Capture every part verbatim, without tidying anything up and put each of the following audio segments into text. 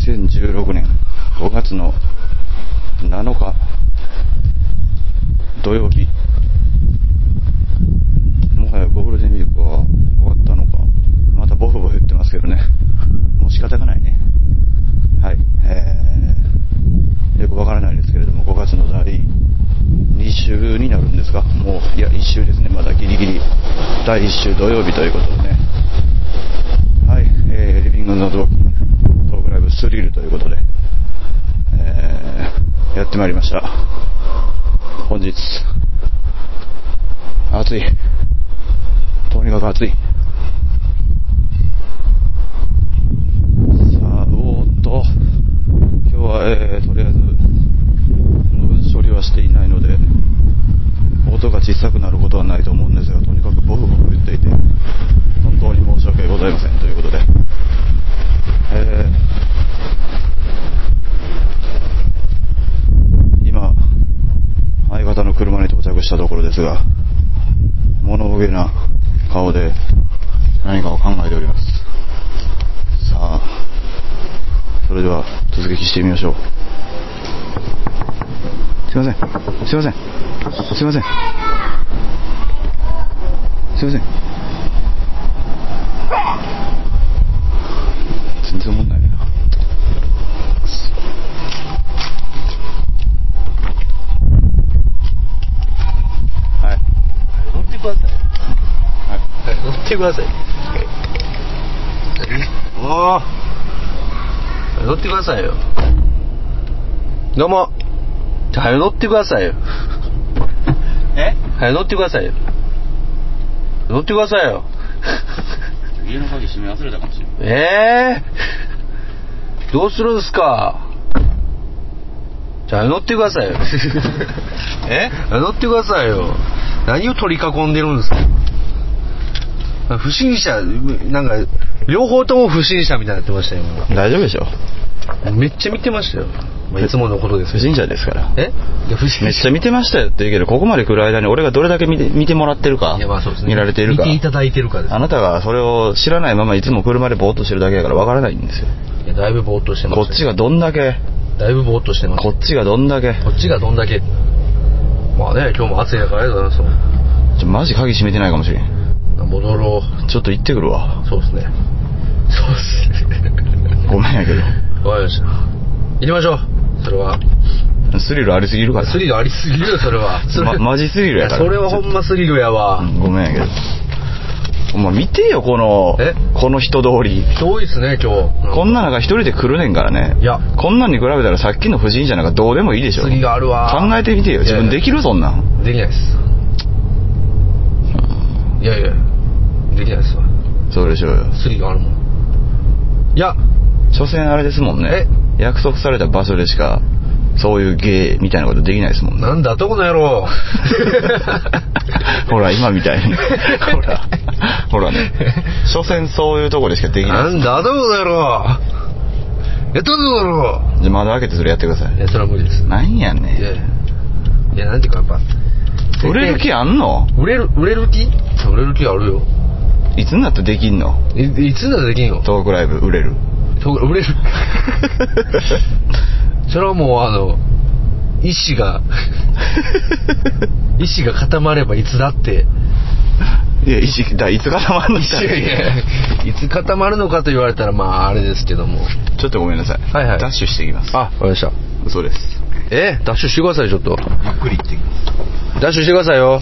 せんじゅうろくねんごがつのなのか土曜日。もはやゴールデンウィークは終わったのか。またボフボフ言ってますけどね、もう仕方がないね。はい、えー、よくわからないですけれども、ごがつのだいに週になるんですか。もういやいっ週ですね。まだギリギリだいいっ週土曜日ということでね。はい、えー、リビングの同期トークライブスリルということで、えー、やってまいりました。本日暑い、とにかく暑い。さあ、おーっと今日は、えー、とりあえずノイズ処理はしていないので音が小さくなることはないと思うんですが、とにかくボフボフ言っていて本当に申し訳ございませんということで、えー、今相方の車に到着したところですが、物憂げな顔で何かを考えております。さあ、それでは続きしてみましょう。すいませんすいませんすいませんすいません全然思んないな。はい、 乗ってください。 はい、 乗ってください。おー、乗ってくださいよ。どうも。はよ乗ってくださいよ。 えはよ乗ってくださいよ。乗ってくださいよ。 家の鍵閉め忘れたかもしれない。 えー、どうするんすか。じゃあ乗ってくださいよ。 え乗ってくださいよ。何を取り囲んでるんですか。不審者、なんか両方とも不審者みたいになってましたよ。 大丈夫でしょ。 めっちゃ見てましたよ。まあ、いつものことです。 不審者ですから。 え？いや不審者。 めっちゃ見てましたよって言うけど、ここまで来る間に俺がどれだけ見て見てもらってるか、 いやまあそうですね、 見られているか、 見ていただいてるかです。 あなたがそれを知らないままいつも車でぼーっとしてるだけだからわからないんですよ。 いやだいぶぼーっとしてます、ね。 こっちがどんだけだいぶぼーっとしてます。 こっちがどんだけこっちがどんだけまあね、今日も暑い中ありがとうございます。 ちょマジ鍵閉めてないかもしれん。 戻ろう。 ちょっと行ってくるわ。 そうですね。そうですね。 ごめんやけど。 わかりました。行きましょう。それはスリルありすぎるから。 スリルありすぎるよそれは。それ、 ま、マジスリルやから。 それはほんまスリルやわ。 うん、ごめんやけど。お前見てよこのえこの人通り。 人多いっすね今日。 こんな中一人で来るねんからね。 いやこんなんに比べたらさっきの不審者なんかどうでもいいでしょ。 次があるわ。 考えてみてよ。自分できるそんなん。 できないです。いやいやできないですわ。 そうでしょうよ。 スリがあるもん。いや所詮あれですもんね。約束された場所でしかそういう芸みたいなことできないですもんね。 なんだとこの野郎。 ほら今みたいにほらほらね、所詮そういうとこでしかできない。 なんだとこの野郎。やったぞ野郎。 じゃあ窓開けてそれやってください。 いやそれは無理です。 なんやねん。 いやいやなんていうかやっぱ売れる気あんの？ 売れる売れる気？売れる気あるよ。 いつになったらできんの？ い, いつになったらできんの？ トークライブ売れる。 トーク売れる。それはもうあの意志が意志が固まればいつだって。 いや意志だいつ固まるのか。 いやいやいつ固まるのかと言われたらまああれですけども。 ちょっとごめんなさい。 はいはい。 ダッシュしてきます。 あ、わかりました。 嘘です。 えダッシュしてくださいちょっと。 ゆっくり行ってきます。 ダッシュしてくださいよ。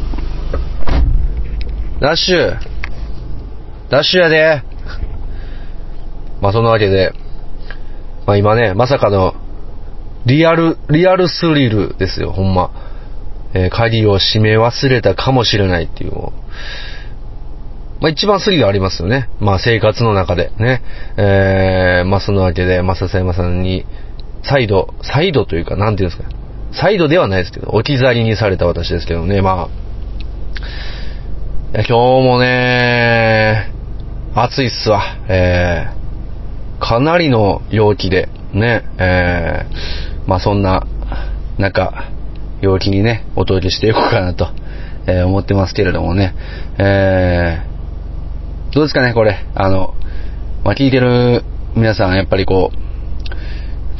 ダッシュダッシュやで。まあそんなわけで、まあ今ねまさかのリアルリアルスリルですよほんま。えー、鍵を閉め忘れたかもしれないっていう、まあ一番スリルありますよね。まあ生活の中でね。えー、まあそのわけでまあ笹山さんに再度再度というかなんていうんですか、再度ではないですけど置き去りにされた私ですけどね。まあいや今日もね暑いっすわ。えー、かなりの陽気でね、えー、まあそんな中陽気にねお届けしていこうかなと、えー、思ってますけれどもね。えー、どうですかねこれあの、まあ、聞いてる皆さんやっぱりこう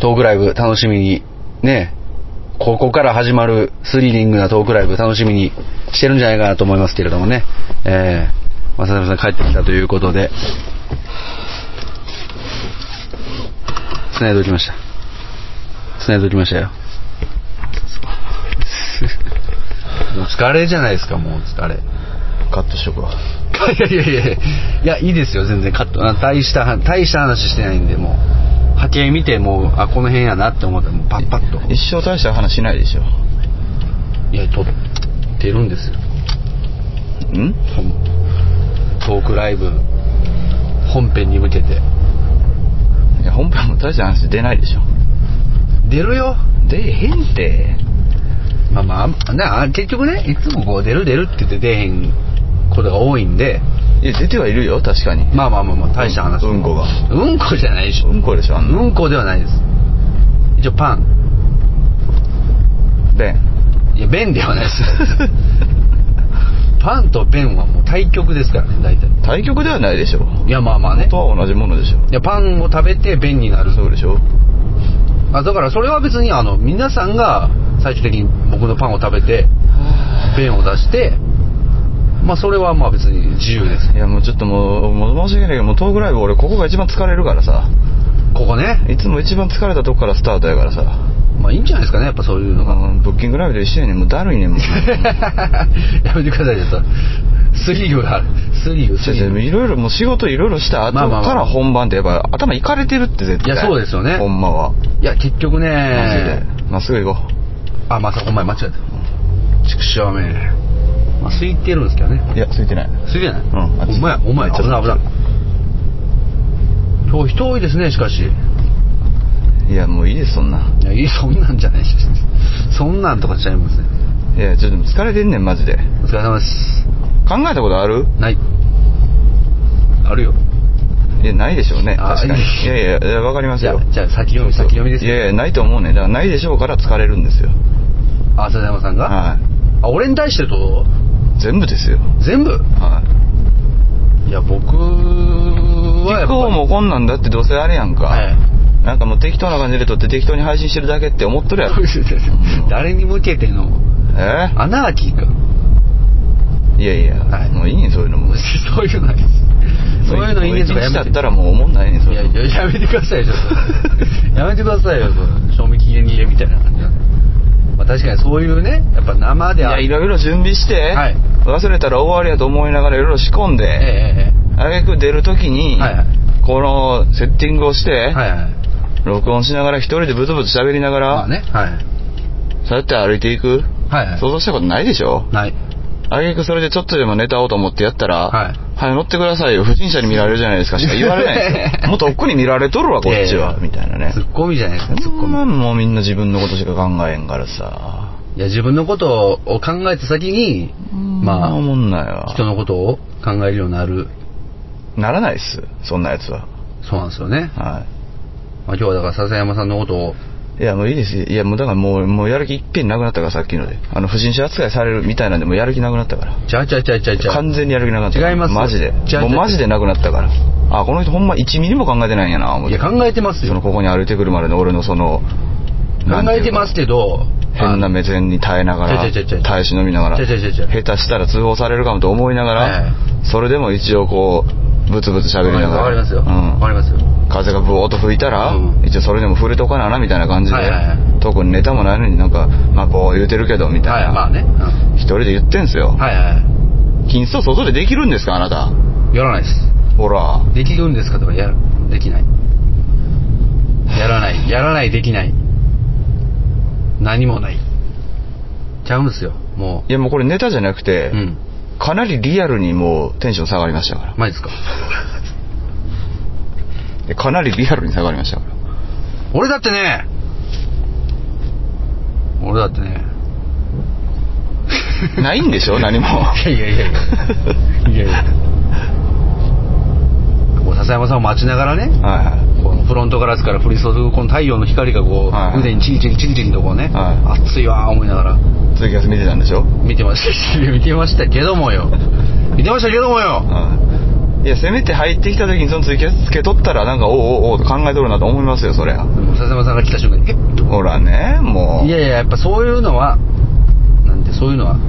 トークライブ楽しみにね、ここから始まるスリリングなトークライブ楽しみにしてるんじゃないかなと思いますけれどもね。えー、まささん帰ってきたということで、繋いでおきました。繋いでおきましたよ。もう疲れじゃないですか、もう疲れ。 カットしとくわ。 いやいやいやいや、いいですよ、全然カット。大した、大した話してないんで、もう、波形見て、もう、あ、この辺やなって思ったら、もうパッパッと。 一生大した話しないでしょ。 いや、撮ってるんですよ。 ん？ トークライブ、本編に向けて。 いや、本編も大した話出ないでしょ。 出るよ。 出へんって。 まあまあ、な結局ね、いつもこう出る出るって言って出へんことが多いんで。 いや、出てはいるよ、確かに。 まあまあまあまあ、大した話。 うん、うんこが。 うんこじゃないでしょ。 うんこでしょ、あんな。 うんこではないです。一応パン。 便。 いや、便ではないです。パンと便はもう対極ですからね、大体。 対極ではないでしょ。 いや、まあまあね。 元は同じものでしょ。 いや、パンを食べて便になる。 そうでしょ。 あ、だからそれは別にあの皆さんが最終的に僕のパンを食べて便を出して、まあそれはまあ別に自由です。 いやもうちょっともう、もう申し訳ないけど、もうトークライブ俺ここが一番疲れるからさ。 ここね。 いつも一番疲れたとこからスタートやからさ。 まあいいんじゃないですかね、やっぱそういうのが。 うん、ブッキングライブで一緒やねん。もうだるいねんもん。 やめてくださいよ、スリルがある。スリル、スリル。 いろいろもう仕事いろいろした後から本番ってやっぱ頭いかれてるって絶対。 いやそうですよね。 ほんまは。 いや結局ね。 マジで。まっすぐ行こう。 あ、まさかお前間違えた。ちくしょうめ。まあ空いてるんですけどね。 いや空いてない。 空いてない。 うん。 お前お前危ない危ない。今日人多いですね、しかし。 いやもういいですそんな。 いやいい、そんなんじゃないし。そんなんとかしちゃいますね。 いやちょっと疲れてんねんマジで。 お疲れ様です。 考えたことある？ ない。あるよ。 いやないでしょうね、確かに。いやいやいやわかりますよ。 じゃあ先読み先読みですよ。 いやいやないと思うね。だからないでしょうから疲れるんですよ。 あ、笹山さんが？ はい。 あ、俺に対してと全部ですよ。 全部？ はい。 いや僕はやっぱり。 聞こうもこんなんだってどうせあれやんか。はい。なんかもう適当な感じで撮って適当に配信してるだけって思っとるやろ。 誰に向けての？ え？ アナーキーか。 いやいや、はい、もういいねそういうのも。 そういうのないです。そういうのいいねとかやめて。 だったらもう思んないねそれ。 いやいややめてくださいよちょっと。やめてくださいよ賞味期限切れみたいな感じなんで。まあ確かにそういうね、やっぱ生で。いやいろいろ準備して、はい、忘れたら終わりやと思いながらいろいろ仕込んで、ええ、あげく出るときに、はいはい、このセッティングをして、はいはい、録音しながら一人でブツブツ喋りながら、まあね、はい、そうやって歩いていく、はいはい、想像したことないでしょ。ない。あげくそれでちょっとでもネタをと思ってやったら、はい、はい、乗ってくださいよ、不審者に見られるじゃないですかしか言われないですよ。もっと奥に見られとるわこっちは、みたいなね。ツッコミじゃないですか。ツッコミ。もうみんな自分のことしか考えんからさ。 いや自分のことを考えた先に、まあ思んないわ。 人のことを考えるようになる。 ならないっす、そんなやつは。 そうなんですよね。はい。まあ今日はだから笹山さんのことを。 いやもういいです。いやもうだからもうもうやる気いっぺんなくなったからさっきので、あの不審者扱いされるみたいなんでもうやる気なくなったから。 ちゃうちゃうちゃうちゃうちゃう。 完全にやる気なくなったから。 違います。 マジで。もうマジでなくなったから。あこの人ほんまいちミリも考えてないんやな思って。 いや考えてますよ。 そのここに歩いてくるまでの俺のその考えてますけど。 変な目線に耐えながら耐え忍びながら下手したら通報されるかもと思いながら、はい、それでも一応こうブツブツ喋りながらわかりますよ、うん、わかりますよ。 風がブオーと吹いたら、うん、一応それでも触れとかななみたいな感じで、はいはいはい、特にネタもないのになんかまあこう言うてるけどみたいな、はいまあねうん、一人で言ってんすよ。はいはい。金スト外でできるんですかあなた。 やらないです。 ほらできるんですかとかやるできない。やらないやらないできない何もない。ちゃうんですよもう。 いやもうこれネタじゃなくて、うん、かなりリアルにもうテンション下がりましたから。 マジですか。 かなりリアルに下がりましたから。 俺だってね俺だってねないんでしょ何も。 いやいやいやいやいやいや笹山さんを待ちながらね、はいはい、このフロントガラスから降り注ぐこの太陽の光がこう、はいはい、腕にチリチリチリチリとこうね、はい、暑いわー思いながらツイキャス見てたんでしょ。 見てました見てましたけどもよ見てましたけどもよ、はいやせめて入ってきた時にそのツイキャスつけとったらなんかおうおうおうと考えとるなと思いますよそりゃ。 笹山さんが来た瞬間にえっとほらねもういやいややっぱそういうのはなんてそういうのは、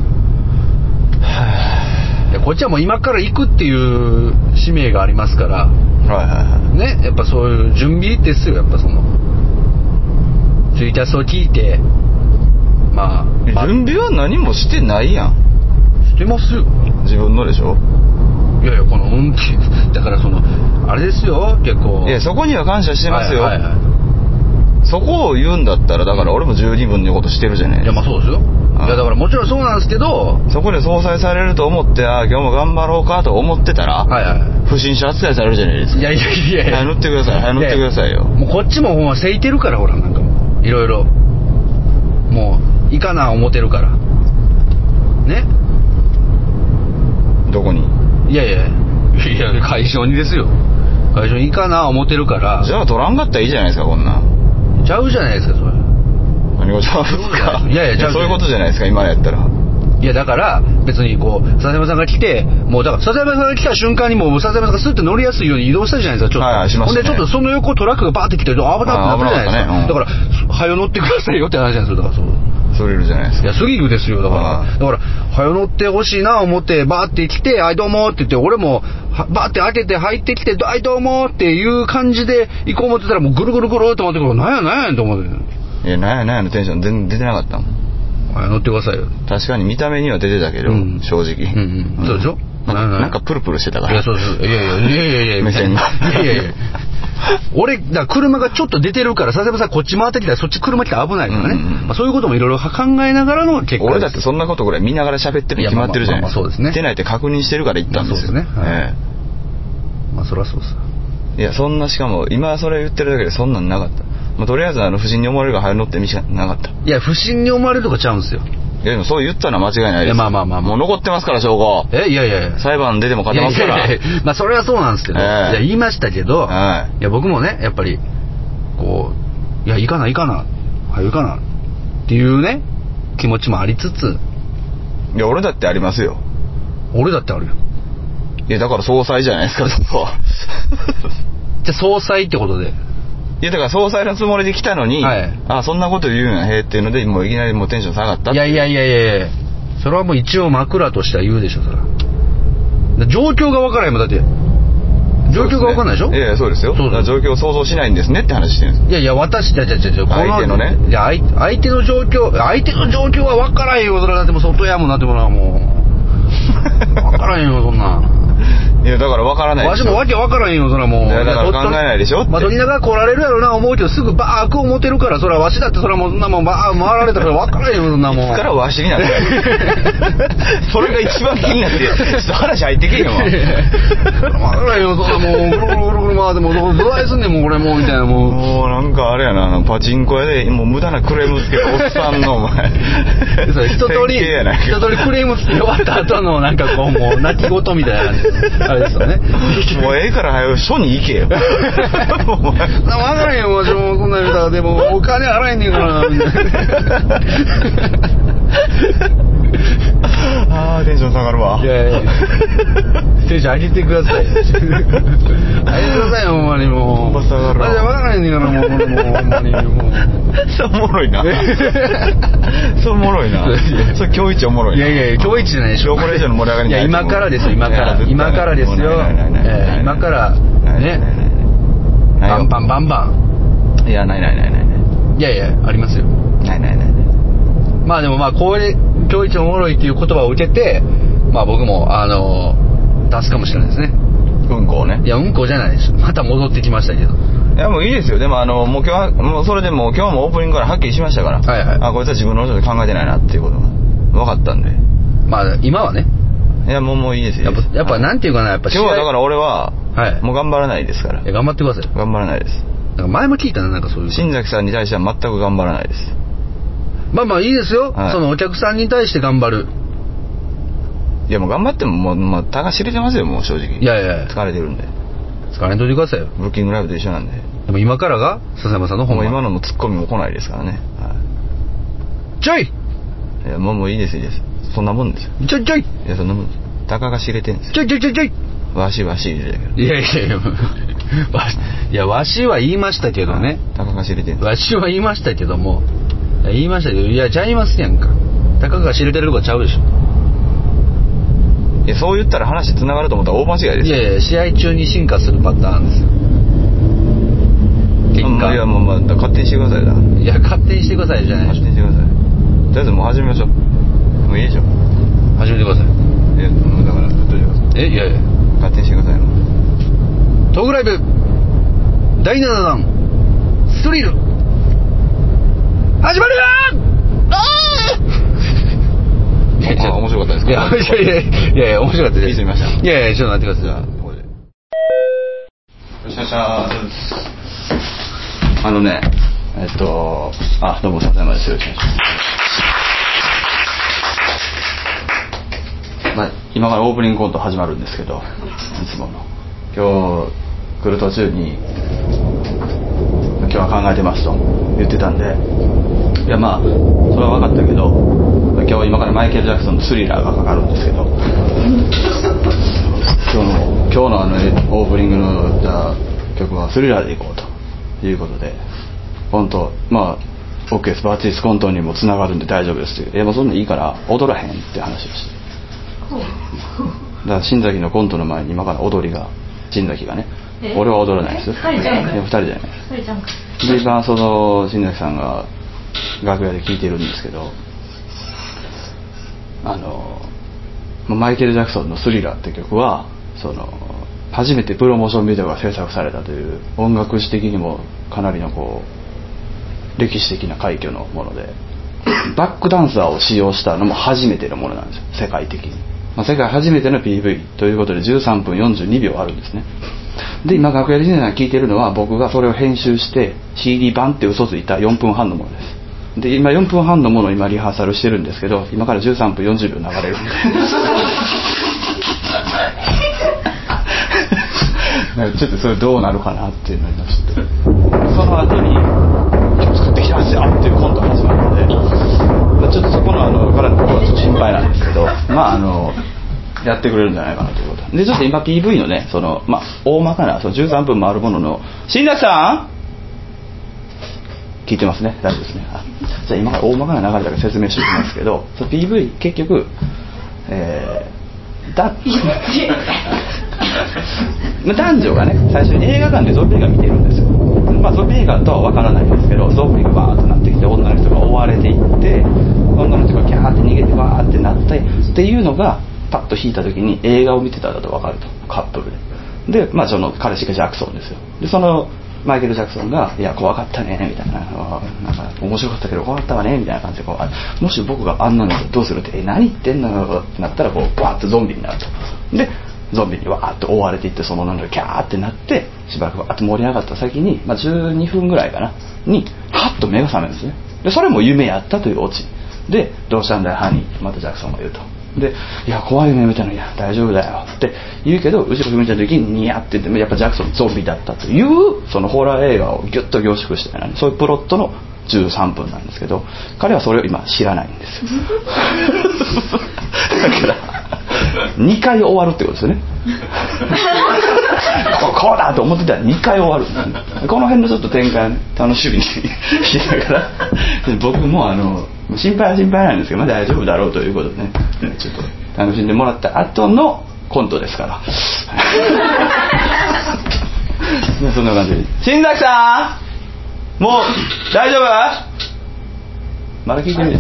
はあ、いやこっちはもう今から行くっていう使命がありますから、 はいはいはいね、やっぱそういう準備ですよ。やっぱそのツイキャスを聞いてまあ準備は何もしてないやん。 してますよ自分のでしょ。 いやいやこの運転だからそのあれですよ結構。 いやそこには感謝してますよ、 はいはいはい、 そこを言うんだったらだから俺も十二分のことしてるじゃないですか。 いやまあそうですよ。いやだからもちろんそうなんですけどそこで総裁されると思ってあ今日も頑張ろうかと思ってたら、 はいはい、 不審者扱いされるじゃないですか。 いやいやいやいやはい乗ってくださいはい乗ってくださいよ。 もうこっちもほんませいてるからほらなんかもういろいろもういかな思ってるからね。 どこに。 いやいやいや会場にですよ。会場に行かな思ってるから。 じゃあ取らんかったらいいじゃないですかこんなちゃうじゃないですかそれ。 何がちゃうんですか。 いやいやちゃうそういうことじゃないですか今のやったら。 いやだから別にこう笹山さんが来てもうだから笹山さんが来た瞬間にもう笹山さんがスッと乗りやすいように移動したじゃないですかちょっと、 はいはいしましたね。 ほんでちょっとその横トラックがバーって来て危なくなったじゃないですか、 ねうん、 だから早よ乗ってくださいよって話なんですよ。だからそうそれるじゃないですか。 いやスギグですよだからだから早乗ってほしいな思ってバーって来てはいどうもって言って俺もバーって開けて入ってきてはいどうもっていう感じで行こう思ってたらもうぐるぐるぐるって回ってくるなんやなんやと思っていやなんやなんやのテンション全然出てなかったもん。 早乗ってくださいよ。 確かに見た目には出てたけど、うん、正直、 うんうん、そうでしょ。 なんか、なんかプルプルしてたから。 いやそうそういやいやいやいやいや目線がいやいやいや俺だ車がちょっと出てるから笹山さんこっち回ってきたらそっち車来たら危ないからね、うんうんうんまあ、そういうこともいろいろ考えながらの結果。 俺だってそんなことぐらい見ながら喋ってるに決まってるじゃないですか。 そうですね。 出ないって確認してるから言ったんですよ。 まあ、そうですね、はい、ええ、まあそりゃそうさ。 いやそんなしかも今それ言ってるだけでそんなんなかった。まあ、とりあえずあの不審に思われるが早乗って見せなかった。 いや不審に思われるとかちゃうんですよ。 いやでもそう言ったのは間違いないです。いやまあまあまあ、まあ、 もう残ってますから証拠。 えいやいやいや裁判出ても勝てますから。 いやいやいやまあそれはそうなんですけど、えー、いや言いましたけど、はい、いや僕もねやっぱりこういやいかないかなはいいかなっていうね気持ちもありつつ。 いや俺だってありますよ。 俺だってあるよ。 いやだから総裁じゃないですかそこじゃあ総裁ってことで。 いやだから総裁のつもりで来たのに、はい、あそんなこと言うんやへっていうのでもういきなりもうテンション下がったって。いやいやいやいやいやそれはもう一応枕としては言うでしょそれは。状況が分からへんもんだって状況が分かんないでしょ。 いやいやそうですよ。そうそう状況を想像しないんですねって話してるんです。 いやいや私じゃじゃじゃじゃ相手のねいや相手の状況相手の状況は分からへんよそれだってもう外やもんなってもらうもう分からへんよそんないやだから分からないでしょ。 わしもわけ分からへんよそれはもう。 だから考えないでしょって。 まあ取りながら来られるやろな思うけどすぐバーッ思ってるからそれはわしだってそれはもうそんなもんバーッ回られたら分からへんよそんなもん。 いつからわしになったそれが一番気になってちょっと話入ってけんよ分からへんよそんなもうぐるぐるぐるぐる回ってもうどないすんねんもうこれもうみたいなもうもうなんかあれやなパチンコ屋でもう無駄なクレームつけるおっさんのお前一通り一通りクレームつけ終わった後のなんかこうもう泣き言みたいな感じあれですよねもうええから早く署に行けよ分からへんよわしもこんなん言うたらでもお金払えんねんからみたいなあーテンション下がるわ。 いやいやテンション上げてください上げてくださいよほんまにもう下がるわ。 分からへんねんからもうほんまにもうそうおもろいなそうおもろいなそう今日一おもろいな。 いやいや今日一じゃないでしょ。 これ以上の盛り上がりにいや今からですよ今から今からですよ今からねバンバンバンバン。 いやないないないないいやいやありますよ。 ないないないない。 まあでもまあこれ今日一おもろいっていう言葉を受けてまあ僕もあの出すかもしれないですね。 うんこをね。 いやうんこじゃないです。また戻ってきましたけど。 いやもういいですよ。でもあのもう今日はもうそれでもう今日もオープニングからはっきりしましたから、はいはい、あこいつは自分のことで考えてないなっていうことが分かったんで。まあ今はね。 いやもうもういいですよ。 やっぱやっぱなんていうかなやっぱ今日はだから俺は、はい、もう頑張らないですから。 いや頑張ってください。 頑張らないです。 なんか前も聞いたななんかそういう。 新崎さんに対しては全く頑張らないです。 まあまあいいですよ、はい、そのお客さんに対して頑張る。 いやもう頑張ってももう、まあ、たが知れてますよもう正直。 いやいや疲れてるんで。 疲れんといてくださいよ。 ブッキングライブと一緒なんで。 でも今からが笹山さんの本番。 もう今のもツッコミも来ないですからね、はい、 ちょいいやもうもういいですいいですそんなもんですよ。 ちょいちょいいやそんなもんです。たかが知れてるんですよ。 ちょいちょいちょいちょいわしわし入れたけど。 いやいやいやわいやわしは言いましたけどね。 高が知れてる。 わしは言いましたけども、言いましたけど、いやちゃいますやんか。たかが知れてるとこちゃうでしょ。 いやそう言ったら話つながると思ったら大間違いです。 いやいや試合中に進化するパターンですよ。結果、 いやもうまあ勝手にしてくださいな。 いや勝手にしてくださいじゃないでしょ。 勝手にしてください。とりあえずもう始めましょう。もういいでしょ。 始めてください。 えもうだからどうします。 えいやいや勝手にしてくださいよ。 トークライブだいななだんスリル始まるよー。 あ面白かったですか。 いやいやいやいやいや面白かったです。 聞いてみました。 いやいやちょっと待ってください。 ここでよしよしゃあのねえっとあどうも佐山です。よろしくお願いします。まあ今からオープニングコント始まるんですけど、いつもの今日来る途中に今日は考えてますと言ってたんで、いやまあそれは分かったけど今日今からマイケル・ジャクソンのスリラーがかかるんですけど今日の今日のあのオープニングのじゃあ曲はスリラーでいこうということで、本当まあ OK です。バーティスコントにもつながるんで大丈夫ですっていう、いやもうそんなんいいから踊らへんって話をして、だから新崎のコントの前に今から踊りが新崎がね、俺は踊らないです。ふたりじゃない。ふたりじゃない。で今その新崎さんが楽屋で聞いてるんですけど、あのマイケル・ジャクソンのスリラーって曲はその初めてプロモーションビデオが制作されたという音楽史的にもかなりのこう歴史的な快挙のもので、バックダンサーを使用したのも初めてのものなんですよ世界的に、まあ、世界初めての ピーブイ ということでじゅうさんぷんよんじゅうにびょうあるんですね。で今楽屋で聞いてるのは僕がそれを編集して シーディー 版って嘘ついたよんぷんはんのものです。で今よんぷんはんのものを今リハーサルしてるんですけど、今からじゅうさんぷんよんじゅうびょう流れるんでちょっとそれどうなるかなっていうのにちょっとその後に今日作ってきてますよっていうコントが始まるので、ちょっとそこのあのからのところはちょっと心配なんですけど、まああのやってくれるんじゃないかなということで、ちょっと今 ピーブイ のねそのまあ大まかなそのじゅうさんぷんもあるものの、新崎さん聞いてますね、大丈夫ですね。あじゃあ今から大まかな流れだけ説明しておきますけど、その ピーブイ 結局、えー、だ男女がね最初に映画館でゾンビ映画見てるんですよ。まあゾンビ映画とは分からないんですけど、ゾンビがバーッとなってきて女の人が追われていって女の人がキャーって逃げてバーってなってっていうのがパッと引いた時に映画を見てただと分かると、カップルでで、まあ、その彼氏がジャクソンですよ。でそのマイケル・ジャクソンが「いや怖かったね」みたいな「なんか面白かったけど怖かったわね」みたいな感じでこう、もし僕があんなのどうするって、え何言ってんのよってなったらこうバーッとゾンビになると。でゾンビにわーっと追われていって、その女の子がキャーってなってしばらくわーっと盛り上がった先に、まあ、じゅうにふんぐらいかなにハッと目が覚めるんですね。でそれも夢やったというオチで「どうしたんだよハニー」またジャクソンが言うと。でいや怖い夢見たのに、いや大丈夫だよって言うけど後ろ振り向いた時にニヤって言ってやっぱジャクソンゾンビだったというそのホラー映画をギュッと凝縮したような、そういうプロットのじゅうさんぷんなんですけど、彼はそれを今知らないんですよだからにかい終わるってことですよねこうだと思ってたらにかい終わる、この辺のちょっと展開を、ね、楽しみにしながら僕もあの心配は心配なんですけど、まあ、大丈夫だろうということでねちょっと楽しんでもらった後のコントですからそんな感じで新崎さんもう大丈夫まだ聞いてみる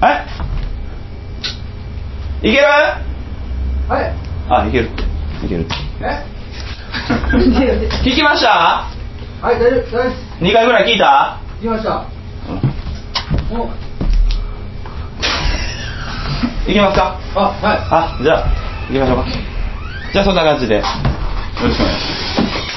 はいいけるはいあいけるいけるえ聞きましたはい大丈夫大丈夫ですにかいぐらい聞いた聞きました、うん、おいきますかあはいあじゃあ行きましょうか。じゃあそんな感じでよろしくお願いします。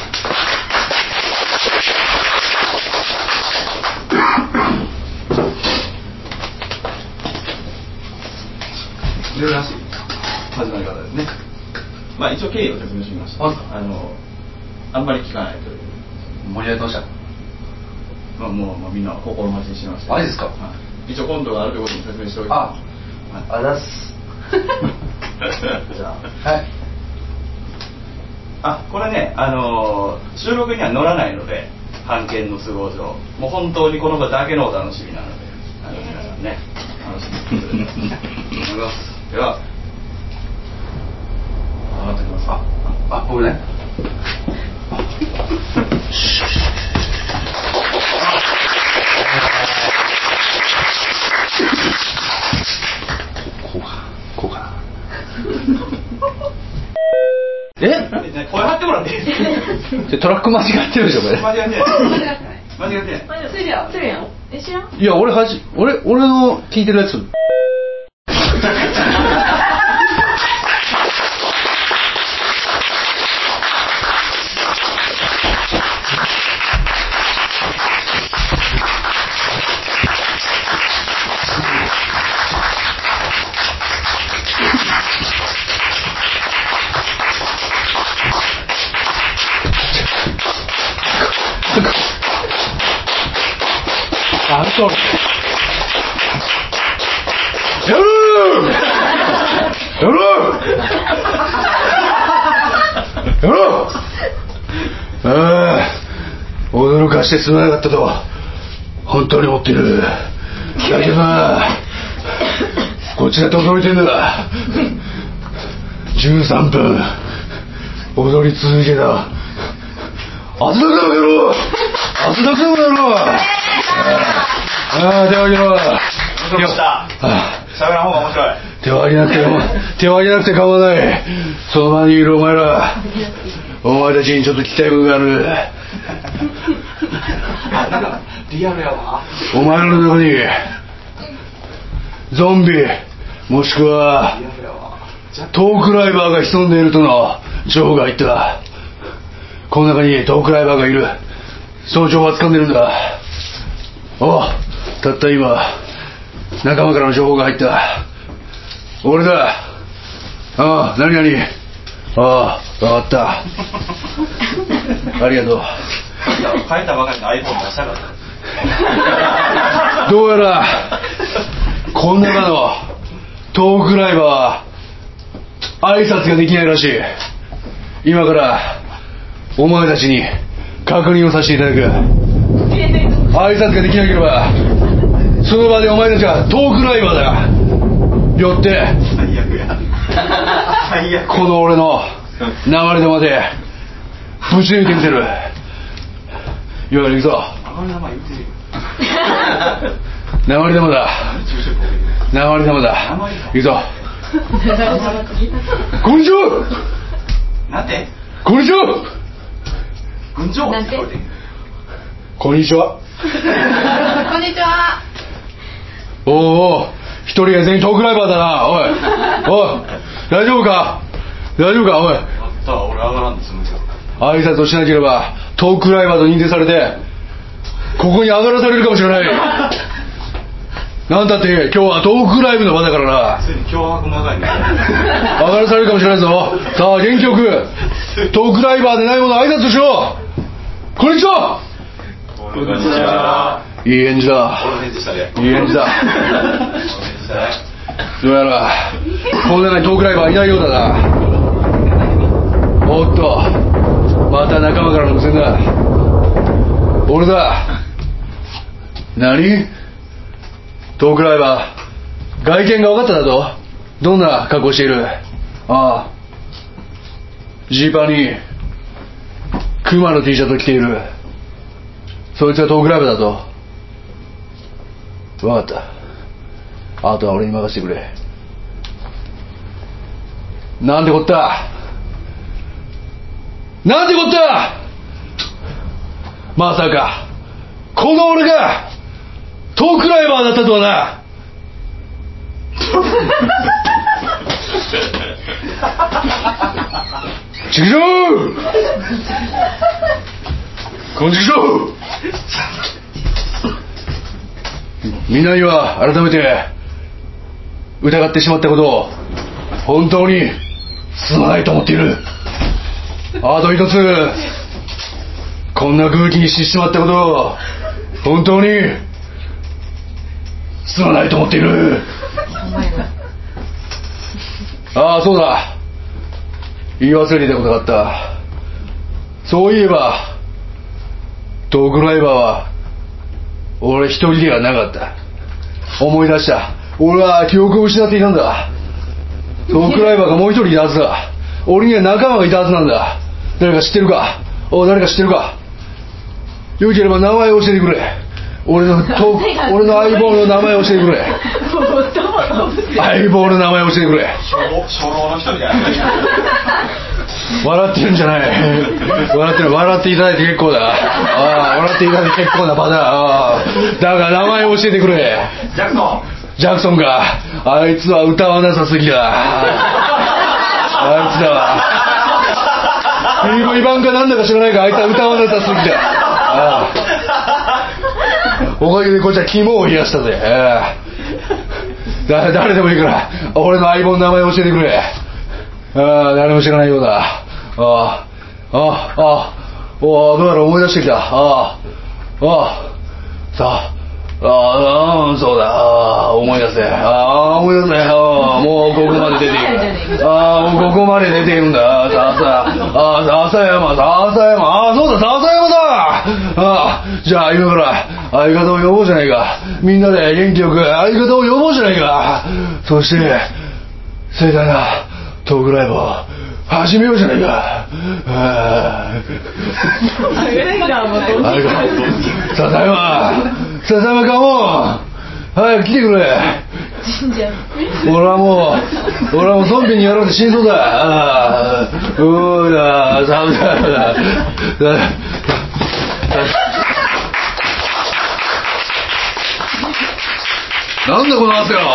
珍しい始まり方ですね。まあ一応経緯を説明してみました。あのあんまり聞かないという盛り上がってました。 まあもう、まあ、みんな心待ちにしてました。 マジですか。 はい、一応コントがあるということも説明しておいて。 あ、 あざっすじゃあはいあ、これね、あのー、収録には載らないので、版権の都合上、もう本当にこの場だけのお楽しみなので、あの皆さんね、楽しみにしてください。思います。では、上がってきます。あ、あ、これね。 こうか、こうかな。え？ これ貼ってもらっていいですか？ トラック間違ってるでしょこれ。 間違ってない。間違ってない。 这样这样え知らん？ いや俺はじ俺俺の聞いてるやつ。あ、そう。やろうやろうやろうああ、驚かしてすまなかったと本当に思ってる。だけどな、こちらって驚いてんだ。じゅうさんぷん踊り続けた汗だくだろろ汗だくだろああ、手を挙げろ。 面白かった。喋らん方が面白い。 手を挙げなくて手を挙げなくて構わない。その場にいるお前ら、お前たちにちょっと聞きたいことがある。 リアルやわ。 お前らの中にゾンビもしくはトークライバーが潜んでいるとの情報が入った。この中にトークライバーがいる、その情報は掴んでるんだ。おう、たった今仲間からの情報が入った。俺だ。ああ、何々。ああ、分かった。ありがとう。 変えたばかりの iPhone 出したかった。 どうやらこの中のトークライバーは挨拶ができないらしい。今からお前たちに確認をさせていただく。挨拶ができなければその場でお前たちはトークライバーだ。よって最悪や。最悪。 この俺の流れ玉でぶち抜いてみせる。よい、行くぞ。 流れ玉言ってる。 流れ玉だ。流れ玉だ。行くぞ。こんにちは。 なんて？ こんにちは。 群青なんて？ こんにちは。 こんにちは。 おお、一人が全員トークライバーだな。おいおい、大丈夫か大丈夫か。おい、 あったわ、俺上がらんと済むけど。 挨拶をしなければトークライバーと認定されてここに上がらされるかもしれない。なんだって今日はトークライブの場だからな。 ついに脅迫長いね。 上がらされるかもしれないぞ。さあ元気よくトークライバーでないもの挨拶しろ。こんにちは。 こんにちは。 いい返事だ。 俺の返事したね。 いい返事だ。 俺の返事したね。 どうやらこの中にトークライバーいないようだな。おっと、また仲間からの無線だ。俺だ。何？トークライバー、外見が分かっただと？どんな格好している？ああ、ジーパンにクマの T シャツを着ている。そいつがトークライブだと。分かった。あとは俺に任せてくれ。なんてこった。なんてこった。まさかこの俺がトークライバーだったとはな。ちくしょう。こんちくしょう。みんなには改めて疑ってしまったことを本当にすまないと思っている。あと一つ、こんな空気にしてしまったことを本当にすまないと思っている。ああ、そうだ、言い忘れていたことがあった。 そういえばトークライバーは俺一人ではなかった。思い出した。俺は記憶を失っていたんだ。トークライバーがもう一人いたはずだ。俺には仲間がいたはずなんだ。誰か知ってるか？お誰か知ってるか？よければ名前を教えてくれ。俺のと俺の相棒の名前を教えてくれ。相棒の名前を教えてくれ。 初老の人みたいな。 笑ってるんじゃない。笑ってる。笑っていただいて結構だ。ああ、笑っていただいて結構なパターン。ああ、だが名前を教えてくれ。 ジャクソン。 ジャクソンか。あいつは歌わなさすぎだ。あいつだわ。英語イバンかなんだか知らないが、あいつは歌わなさすぎだ。ああ、おかげでこっちは肝を冷やしたぜ。ああ、だ誰でもいいから俺の相棒の名前を教えてくれ。ああ、誰も知らないようだ。ああ、ああ、ああ、おどうやら思い出してきた。ああ、ああ、さあ、ああ、そうだ。ああ、思い出せ。ああ、思い出せ。ああ、もうここまで出ている。ああ、もうここまで出ているんだ。さあさあ、ああ、笹山、笹山。ああ、そうだ、笹山だ。ああ、じゃあ今から相方を呼ぼうじゃないか。みんなで元気よく相方を呼ぼうじゃないか。そして盛大なトークライブを始めようじゃないか。ああ、笹山、笹山かも早く来てくれ。俺はもう俺はもうゾンビにやられて死にそうだ。ああ、うーだ、さうだ、なんだこの汗は。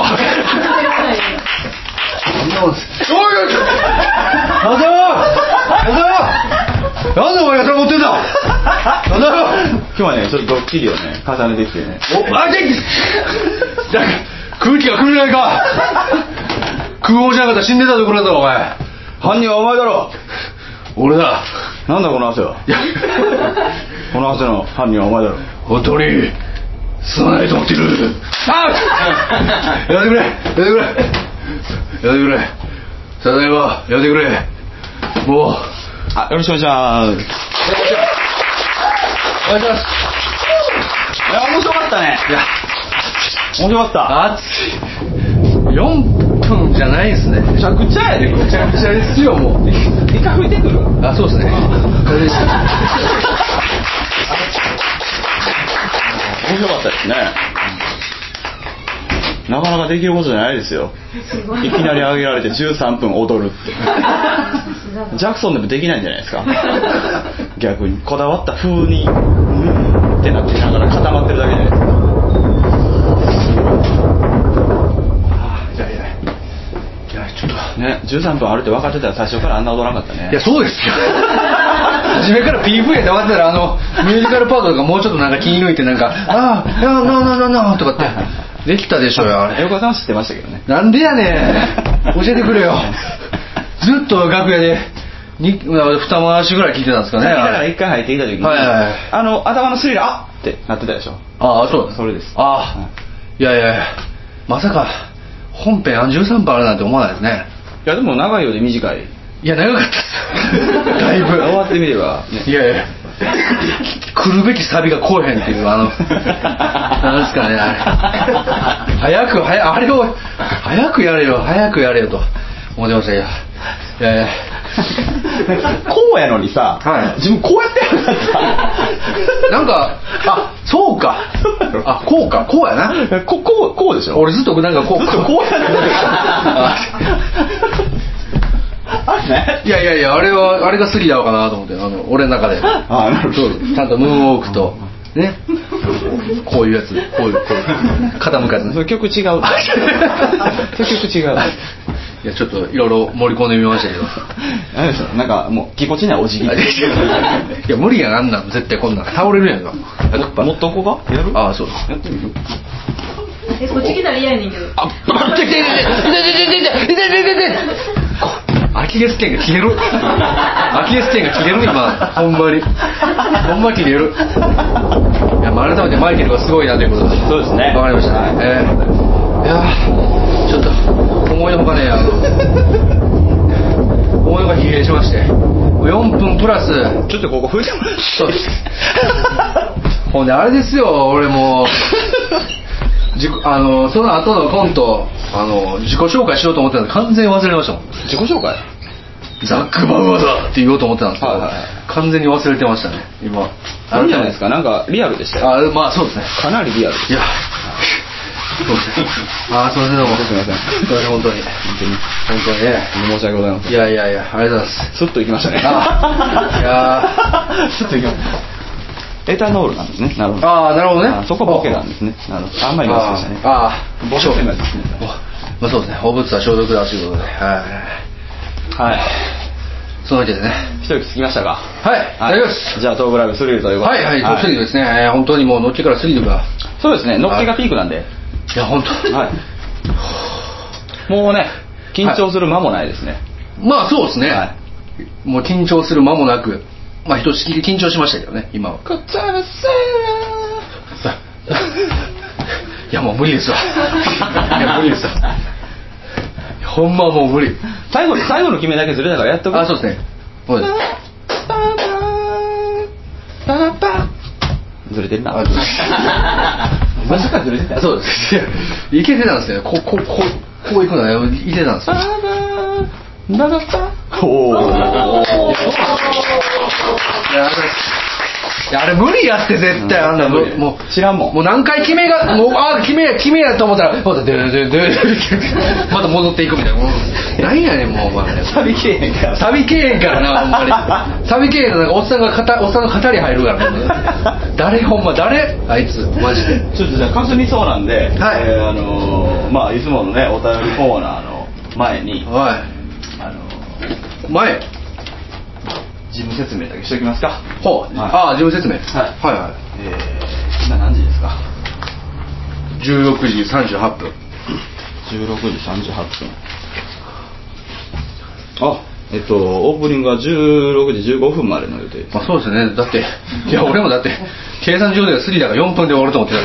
おいおい、なんだよ、なんだよ、なんでお前がそれ持ってんだ。なんだよ。 今日はねちょっとドッキリをね重ねてきてね。 おあ元気空気が来るじゃないか。空砲じゃなかったら死んでたところだぞお前。 犯人はお前だろ。 俺だ。 なんだこの汗は。この汗の犯人はお前だろ。 本当にすまないと思ってる。あっやめてくれ、やめてくれ、やめてくれ。さだいはやめてくれ。もうあ、よろしくお願いします。 お願いします。 いや面白かったね。いや面白かった。 暑い。よんぷんじゃないですね。 めちゃくちゃやで。 めちゃくちゃですよもう。 一回吹いてくる。 あ、そうですね。 面白かったですね。なかなかできることじゃないですよ。いきなり上げられてじゅうさんぷん踊るって。ジャクソンでもできないんじゃないですか。逆にこだわった風にうんってなってながら固まってるだけじゃないですか。 いやいやいやちょっとね、じゅうさんぷんあるって分かってたら最初からあんな踊らなかったね。 いやそうですよ。初めから ピーブイ で分かってたらあのミュージカルパートとかもうちょっとなんか気抜いてなんかああいやななななとかってできたでしょうよ。 横川さんは知ってましたけどね。 なんでやねん。教えてくれよ。ずっと楽屋でに二回しぐらい聞いてたんですかね。 だから一回入ってきた時に、 はいはいはい、 あの頭のスリラーあってなってたでしょ。 ああそうそれです。 ああ、はい、いやいやいやまさか本編じゅうさんぷんあるなんて思わないですね。 いやでも長いようで短い。 いや長かったっす。だいぶ終わってみれば、ね、 いやいや来るべきサビが来えへんっていうあのなんですかねあれ早くはやあれを早くやれよ早くやれよと思ってましたけど、いやいやこうやのにさ、はい、自分こうやってやるんだなんかあそうかあこうかこうやなここうこうでしょ。 俺ずっとなんかこうずっとこうやってるあれいやいやいやあれはあれがスリラーかなと思ってあの俺の中であなるほどちゃんとムーンウォークとねこういうやつこういうこういう傾かずねそれ曲違うそれ曲違ういやちょっといろいろ盛り込んでみましたけど何でしょうなんかもうぎこちないお辞儀いや無理やんあんなん絶対こんなん倒れるやんかもっとこがやるああそうやってみるえこっち来たら嫌やねんけどあっ待って来て来て来て来て来て来て来てアキレス腱が切れるアキレス腱が切れる今ほんまにほんま切れる。いや改めてマイケルがすごいなということでそうですねわかりましたね、えー、いやちょっと思いのほかねあの思いのほか疲弊しましてよんぷんプラスちょっとここ拭いてもらって。 そうですほんであれですよ、俺もう自己あのその後のコント、あの自己紹介しようと思ってたの完全に忘れましたもん。 自己紹介。 ザック・バウアーだって言おうと思ってたんですけど、 はいはいはい、 完全に忘れてましたね今。 あるじゃないですか、なんかリアルでしたよ。 あ、まあそうですね、 かなりリアル。 いやそうですね。あ、すいません、どうもすいません。 すいません、本当に本当に本当にね、 申し訳ございません。 いやいやいや、ありがとうございます。 スッといきましたね。 あいやスッといきました。エタノールなんですね。なるほど。 ああ、なるほどね。 あそこボケなんですね。なるほど。あんまり忘れましたね。 ああ、 ボケのやつですね。 まあそうですね。お物は消毒だということで、はい。 はい。 そのわけでね。 一息つきましたか。 はい、大丈夫です。 じゃあトークライブスリルということで。 はいはい、トークスリルですね。えー本当にもうのっけからスリルが。 そうですね。のっけがピークなんで。 いや本当。 はい。もうね、緊張する間もないですね。 まあそうですね。 はいもう緊張する間もなく、まあひとしきり緊張しましたけどね、今は。 こちらのせいやもう無理ですわ。いや無理ですわ。ほんまもう無理。 最後に最後の決めだけずれたからやっとく。 あ、そうですね。そうです。 ずれてるな。 あ、そうですまさかずれてた。 そうです。いけてたんですよ。ここここう行くのはいけてたんですよ。 おお。 いやいやあれ無理やって絶対、あんなもうもう知らんもん。 もう何回決めがもうあ決めや決めやと思ったらまたでででまた戻っていくみたいな。もう何やねんもうお前。 サビけえへんから。 サビけえへんからなほんまに。サビけえへんとなんかおっさんが肩おっさんが肩に入るから。誰ほんま誰あいつマジで。 ちょっとじゃあかすみそうなんで、 はいえーあのーまあいつものねお便りコーナーの前に、 はあのーい前事務説明だけしておきますか。 ほう、 はいああ事務説明、 はいはいはいえー、今何時ですか。 じゅうろくじさんじゅうはっぷん。 じゅうろくじさんじゅうはっぷん。あ、えっとオープニングはじゅうろくじじゅうごふんまでの予定です。 まあそうですね。だっていや俺もだって計算上ではスリだからよんぷんで終わると思って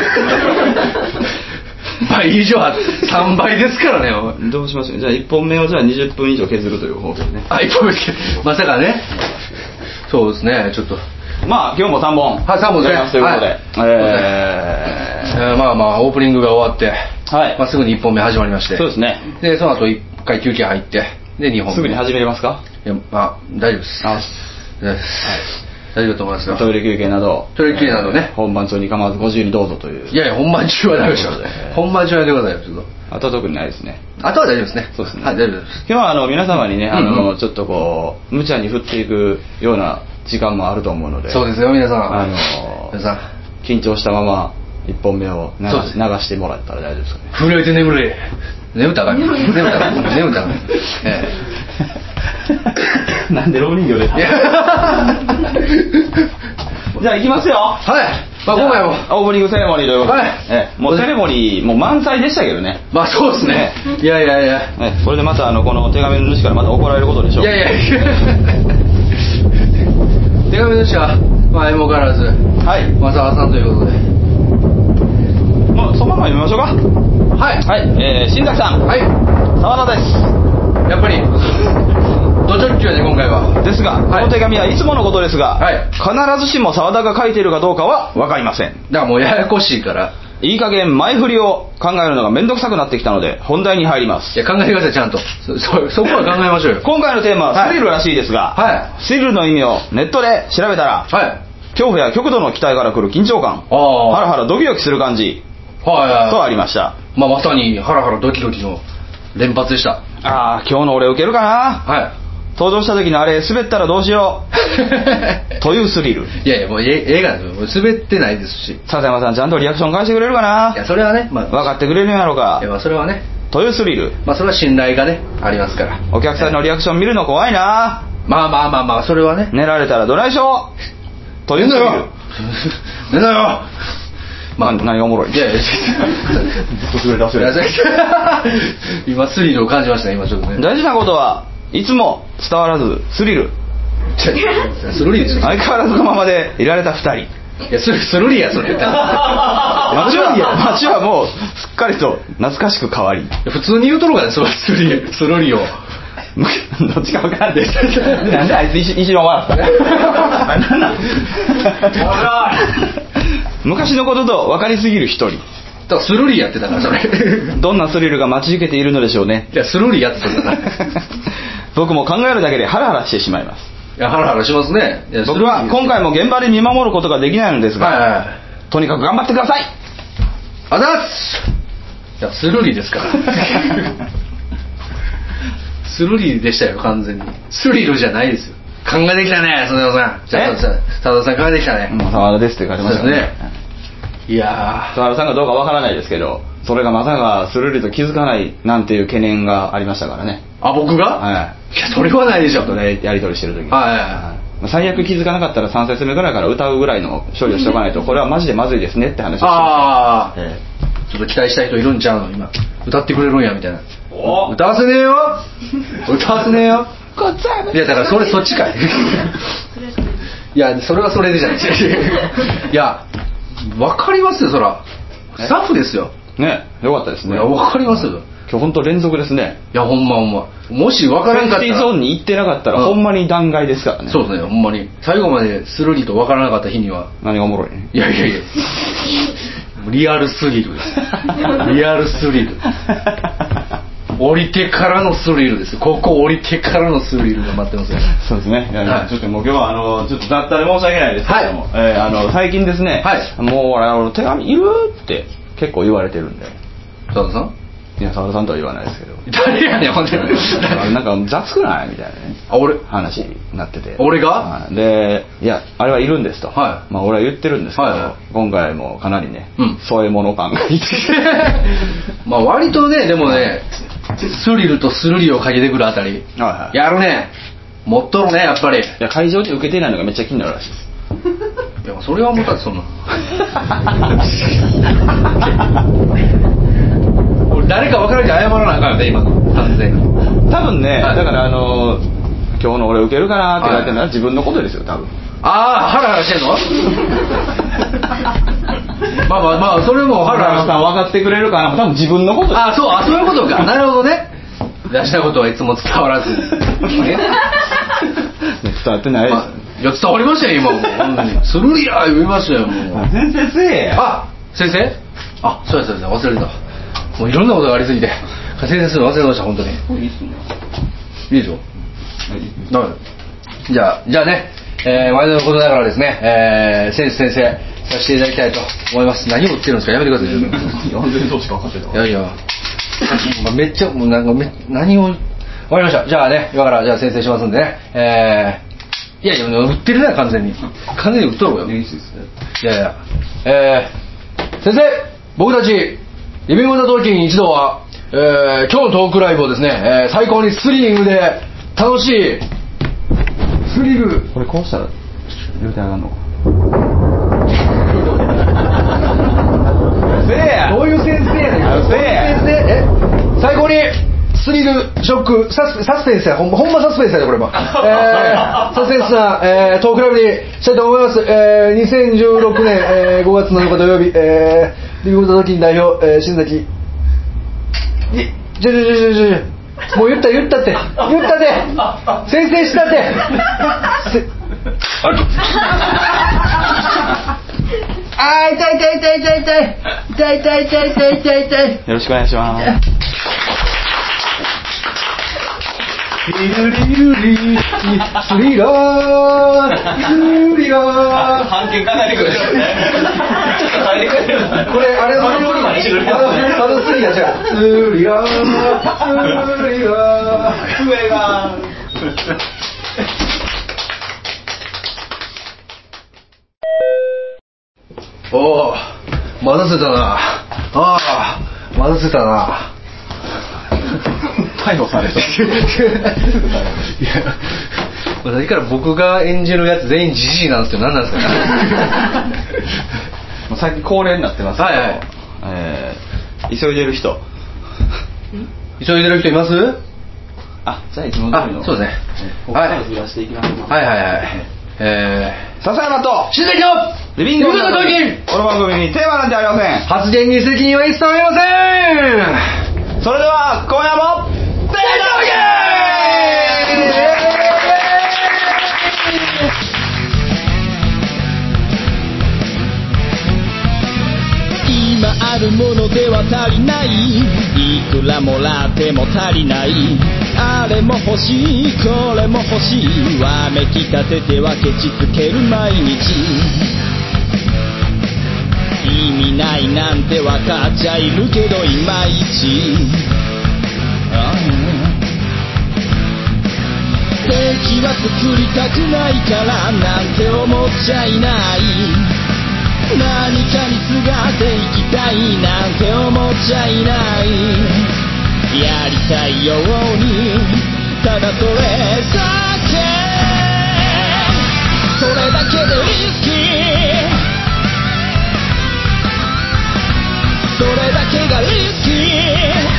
た倍以上はさんばいですからね。 どうしましょう。じゃあいっぽんめをじゃあにじゅっぷん以上削るという方法ね。 あいっぽんめまさかね。そうですね。ちょっとまあ今日もさんぼんはいさんぼんですねやりますということで、 はいえーえーまあまあオープニングが終わって、 はいまあ、すぐにいっぽんめ始まりまして、 そうですね。 でその後いっかい休憩入ってでにほんめすぐに始めれますか。 いやまあ大丈夫です。 あ大丈夫です、大丈夫だと思いますよ。 トイレ休憩などトイレ休憩などねえー本番中に構わずご自由にどうぞという。 いやいや本番中はダメでしょ。 ということで本番中はやめてくださいよちょっと。 あとは特にないですね。 あとは大丈夫ですね。 そうですね。 はい大丈夫です。 今日はあの皆様にね、あの、 うんうんちょっとこう無茶に振っていくような時間もあると思うので、 そうですよ皆さん。 あの皆さん緊張したままいっぽんめを流しそうです流してもらったら大丈夫ですかね。 震えて眠れ。眠たか眠たか眠たかええなんで老人形ですか。 いやじゃあ行きますよ。 はいまあ今回もオープニングセレモニーということで、 はいええもうセレモニーもう満載でしたけどね。 まあそうですね。いやいやいやええこれでまたあのこの手紙の主からまた怒られることでしょう。 いやいやいや手紙の主はまあ相も変わらずはい。 正和さんということでもうそのまま読みましょうか。 はいはい。えー、新崎さん。 はい澤田です。 やっぱりド直球で今回はですが、 はいこの手紙はいつものことですが、 はい必ずしも澤田が書いているかどうかは分かりません。 だからもうややこしいからいい加減前振りを考えるのがめんどくさくなってきたので本題に入ります。 いや考えてくださいちゃんとそ, そ, そこは考えましょうよ。 今回のテーマはスリルらしいですが、 はいスリルの意味をネットで調べたら、 はい恐怖や極度の期待から来る緊張感、 ああハラハラドキドキする感じはいはいとありました。 まあまさにハラハラドキドキの連発でした。 ああ今日の俺受けるかな。 はい登場した時のあれ滑ったらどうしようというスリル。 いやいやもうえ映画ですよ。もう滑ってないですし。 笹山さんちゃんとリアクション返してくれるかないやそれはね、まあ、 分かってくれるんやろうかいやまあそれはね、 というスリル。 まあそれは信頼がねありますから。 お客さんのリアクション見るの怖いな。 まあまあまあまあそれはね。 寝られたらどないしょうというスリル。 寝なよ。 まあ何がおもろい。 いやいやずっと滑り出せる。 今スリルを感じましたね今ちょっとね。 大事なことはいつも伝わらずスリル。 スルリですよ。 相変わらずのままでいられたふたり。 いやスルスルリやそれ。 街は街はもうすっかりと懐かしく変わり、 普通に言うとるからねそのスルリスルリを。 どっちか分からんでなんであいつ一一番笑ったなんなん昔のことと分かりすぎる一人。 だからスルリやってたからそれどんなスリルが待ち受けているのでしょうね。 いやスルリやってたから僕も考えるだけでハラハラしてしまいます。 いやハラハラしますね。いや僕は今回も現場で見守ることができないのですが、 はいはいはい、 とにかく頑張ってください。 あざっす。いやスルリですからスルリでしたよ完全に。スリルじゃないですよ。考えてきたね、佐田さん。じゃあ佐田さん考えてきたね。 澤田ですって書いてましたね。 ねいや澤田さんがどうかわからないですけど、それがまさかスルリと気づかないなんていう懸念がありましたからね。 あ、僕が？ はい。 いやそれはないでしょ。 それやり取りしてる時に。 はいはいはい。 まあ、最悪気づかなかったらさん節目ぐらいから歌うぐらいの処理をしておかないと、これはマジでまずいですねって話をしてました。 ああ、 えちょっと期待したい人いるんちゃうの今。歌ってくれるんやみたいな。 お歌わせねえよ歌わせねえよございます。 いやだからそれそっちかいいやそれはそれでじゃないいやわかりますよそらスタッフですよね、よかったですね。 いやわかりますよ。 今日本当連続ですね。 いやほんまほんまもしわからんかったらセーフティーゾーンに行ってなかったら、 うん、 ほんまに弾劾ですからね。 そうですねほんまに最後までスルリとわからなかった日には何がおもろいね。 いやいやいやリアルスリルですリアルスリル降りてからのスリルです。ここ降りてからのスリルが待ってますよ。 そうですね。いやいや、はい、ちょっともう今日はあのちょっと雑多で申し訳ないですけども、はい、えー、あの最近ですね、はい、もうあの手紙いるって結構言われてるんで。 澤田さん？ いや、澤田さんとは言わないですけど。 誰やねん、ほんで。 なんか雑くないみたいなね。 あ、俺話になってて。 俺が？ で、いや、あれはいるんですと。 はい。 まあ俺は言ってるんですけど、はいはい、今回もかなりね、うん、そういうもの感がいて。 まあ割とね、でもね、スリルとスルリをかけてくるあたり、はいはい、やるね。持っとるね、やっぱり。いや、会場で受けてないのがめっちゃ気になるらしいです。 いや、それはもうだってそんな。誰か分からんけど謝らなあかんよね今の完全に。 多分ね、はい、だからあの今日の俺受けるかなって書いてるのは自分のことですよ多分。 ああハラハラしてんのまあまあまあそれもハラハラさん分かってくれるかな、多分自分のことです。 ああそうあそういうことかなるほどね。大事なことはいつも伝わらず、ね、伝わってないです、 まあ、いや伝わりましたよ今もうスルリラー言いましたよもう。 先生せえや。 あ先生あそうやそうや忘れてた。もういろんなことがありすぎて先生するの忘れました本当に。 いいっすね。 いいでしょ。はい。じゃあじゃあね、えー、毎度のことながらですね、えー、先生先生させていただきたいと思います。何を売ってるんですかやめてください。 安全装置か分かってた。 いやいやめっちゃもうなんかめ何をわかりました。じゃあね今からじゃあ先生しますんでね、えー、いやいや売ってるね完全に完全に売っとるよ。いやいやえー、先生僕たちリビングザトーキン一同は、えー、今日のトークライブをですね、えー、最高にスリリングで楽しいスリル。 これこうしたら言うて上がんのか。せえや。 どういう先生やねん。 せえや。 え最高にスリルショックサスサスペンスやほんまほんまサスペンスやでこれも、えー、サスペンスな、えー、トークライブにしたいと思います。えー、にせんじゅうろくねん、えー、ごがつなのか土曜日、えーリビングザトーキン代表、えー、新崎。いちょちょちょちょちょもう言った言ったって言ったって先生したってあー痛い痛い痛い痛い痛い痛い痛い痛い痛い痛い痛い痛い。 よろしくお願いします。 リルリルリスリラースリラー半券考えてくれるね。 これあれのあのあのスリラーじゃん。スリラースリラー上がおお待たせたなああ待たせたな逮捕された。いや何から僕が演じるやつ全員ジジイなんですけど何なんですかもう最近恒例になってますけど、 はいはい、 えー、急いでる人急いでる人います？ あ、じゃあいつも通りのそうですね、 ここからずらしていきましょうか。 はいはいはい、えー、 笹山と新崎のリビングザトーキン。この番組にテーマなんてありません。 発言に責任は一切ありません。 それでは今夜もテーマトーキン。 るものでは足りない、いくらもらっても足りない、あれも欲しいこれも欲しい、わめきたててはケチつける毎日、意味ないなんてわかっちゃいるけどいまいち、ああ敵は作りたくないからなんて思っちゃいない、何かにすがっていきたいなんて思っちゃいない、やりたいようにただそれだけ、それだけでリスキー、それだけがリスキー、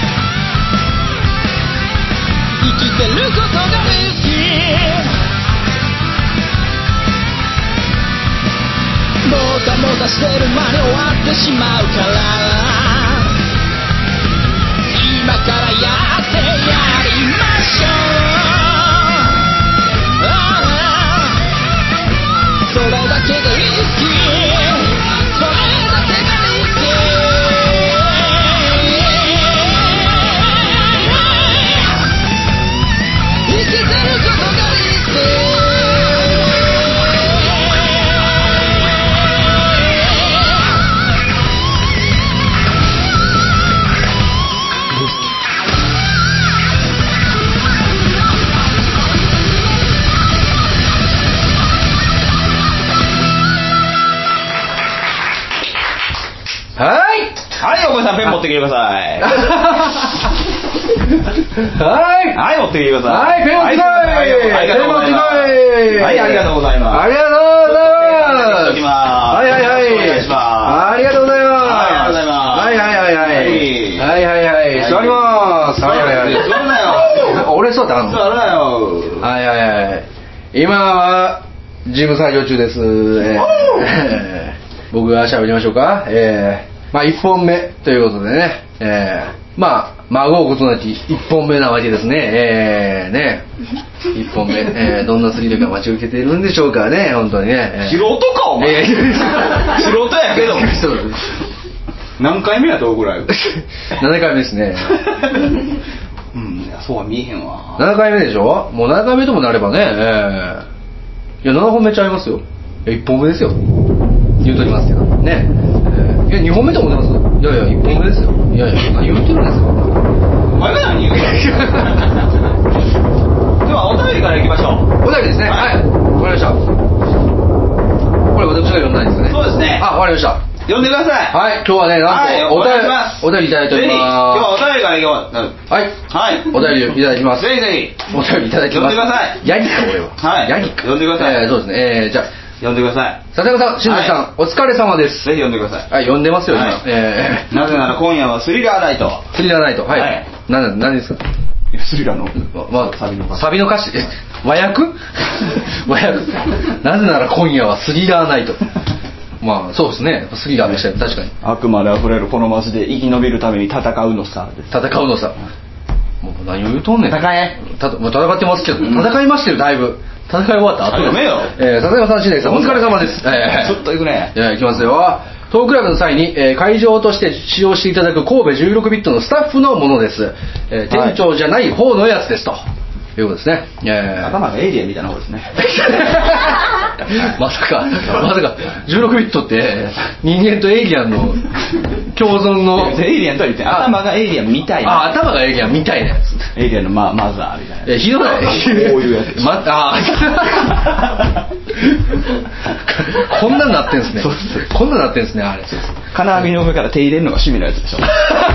生きてることがリスキー、もたもたしてる間に終わってしまうから、今からやってやりましょう、ああそれだけがリスキー、それだけがリスキー、生きてることがリスキー。 はいはい、お子さんペン持ってきてください。 はいはい、持ってきてください。 はい、ペン持ってこい、 はい、 ペン持ってこい、 はい、ありがとうございます。 ありがとうございます。 きます。 はいはいはい。 お願いします。 ありがとうございます。 ありがとうございます。 はいはいはいはい。はいはいはい。座ります。はいはいはい。 座るなよ。 俺座ってあんの？ 座るなよ。 はいはいはい。今は事務作業中です。えー、僕が喋りましょうか。えー、まあ一本目ということでね。えー、まあ孫をことなき一本目なわけですね。えー、ね。一本目、えー、どんなスリルが待ち受けているんでしょうかね、本当にね。えー、 素人かお前。 えー、 素人やけど。何回目やとぐらい。 ななかいめですね。 うん、いやそうは見えへんわ。 ななかいめでしょ。もうななかいめともなればね、えー、いやななほんめちゃいますよ。いやいっぽんめですよ。言うときますけどね。えー、いやにほんめと思ってます。いやいやいっぽんめですよ。いやいや何言ってるんですか。 お前が何言うの。ではお便りからいきましょう。 お便りですね。はい。わかりました。これ私が読んだんですかね。 そうですね。 あ、わかりました。 読んでください。 はい、今日はね、なんとお便り、お便りいただいております。 今日はお便りからいきます。 はい。 はい。 お便りいただきます。 ぜひぜひ。 お便りいただきます。 読んでください。 ヤギか、俺は。 はい。 ヤギか。 読んでください。 えー、そうですね。えー、じゃあ。 読んでください。 笹山さん、新崎さん、お疲れ様です。 ぜひ読んでください。 はい、読んでますよ、今。えー。なぜなら今夜はスリラーナイト。 スリラーナイト。はい。な、何ですか。 スリラーの、 まあ、サビの歌詞。サビの歌詞。和訳和訳。なぜなら今夜はスリラーナイト。まあそうですね、スリラーでしたよ、確かに。 悪魔で溢れるこの街で生き延びるために戦うのさです。 戦うのさ。もう何を言うとんねん。 戦え。 たもう戦ってますけど、うん、戦いましたよ、だいぶ。戦い終わった後で。よ。 えー、笹山さん、新崎さん、お疲れ様です。えー、ちょっと行くね。 いや、行きますよ。トークライブの際に、えー、会場として使用していただく神戸じゅうろくビットのスタッフのものです。えー、店長じゃない方のやつですと。ということですね。えー、 頭がエイリアンみたいな方ですね。 まさか、まさか、じゅうろくビットって人間とエイリアンの共存の。 エイリアンとは言って頭がエイリアンみたいな。 あ、頭がエイリアンみたいなやつ。 エイリアンのママザーみたいな。 え、ひどい。こういうやつ。 ま、あこんなんなってんすね。こんなんなってんすね、あれ。 金網の上から手入れるのが趣味のやつでしょ。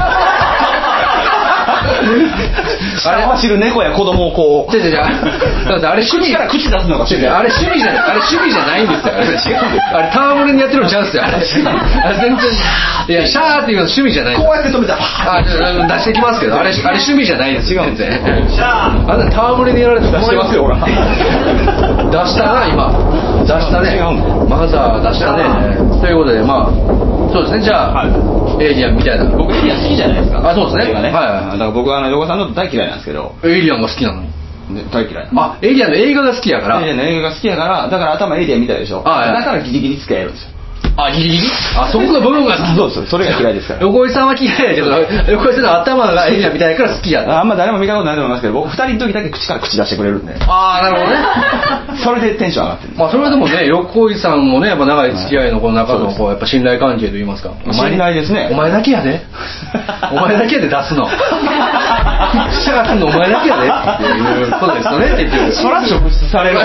あれ走る猫や子供をこう。 違う違う。あれ趣味から口出すのが趣味。 あれ趣味じゃない。あれ趣味じゃないんですよ。あれ違うんですよ。あれタームレにやってるのちゃうんですよ。あれ。あれ全然。いやシャーっていうの趣味じゃない。 こうやって止めた。 あ、出してきますけど、あれあれ趣味じゃないです。 違うんですよ。 シャー。あんなタームレにやられて出してますよほら。 出したな今。出したね。マザー出したね。ということでまあそうですね。じゃあエイリアンみたいな。 僕エイリアン好きじゃないですか。 あ、そうですね。 はいはい。だから僕はあの横さんの大嫌いなんですけど。 エイリアンが好きなのに。 大嫌い。 あ、エイリアンの映画が好きやから。 エイリアンの映画が好きやから、だから頭エイリアンみたいでしょ。あ、だからギリギリ使えるんですよ。 あ、ギリギリあ、そこの部分が好き。 そうそう、それが嫌いですから。 横井さんは嫌いやけど、横井さんの頭がエリアみたいから好きや。 あんま誰も見たことないと思いますけど、僕二人の時だけ口から口出してくれるんで。 ああ、なるほどね。 それでテンション上がってる。 まあそれはでもね、横井さんもね、やっぱ長い付き合いのこの中のこうやっぱ信頼関係と言いますか。 信頼ですね。 お前だけやで。お前だけやで出すの。口がすんのお前だけやでっていうことですよねって言ってる。 そら職質される。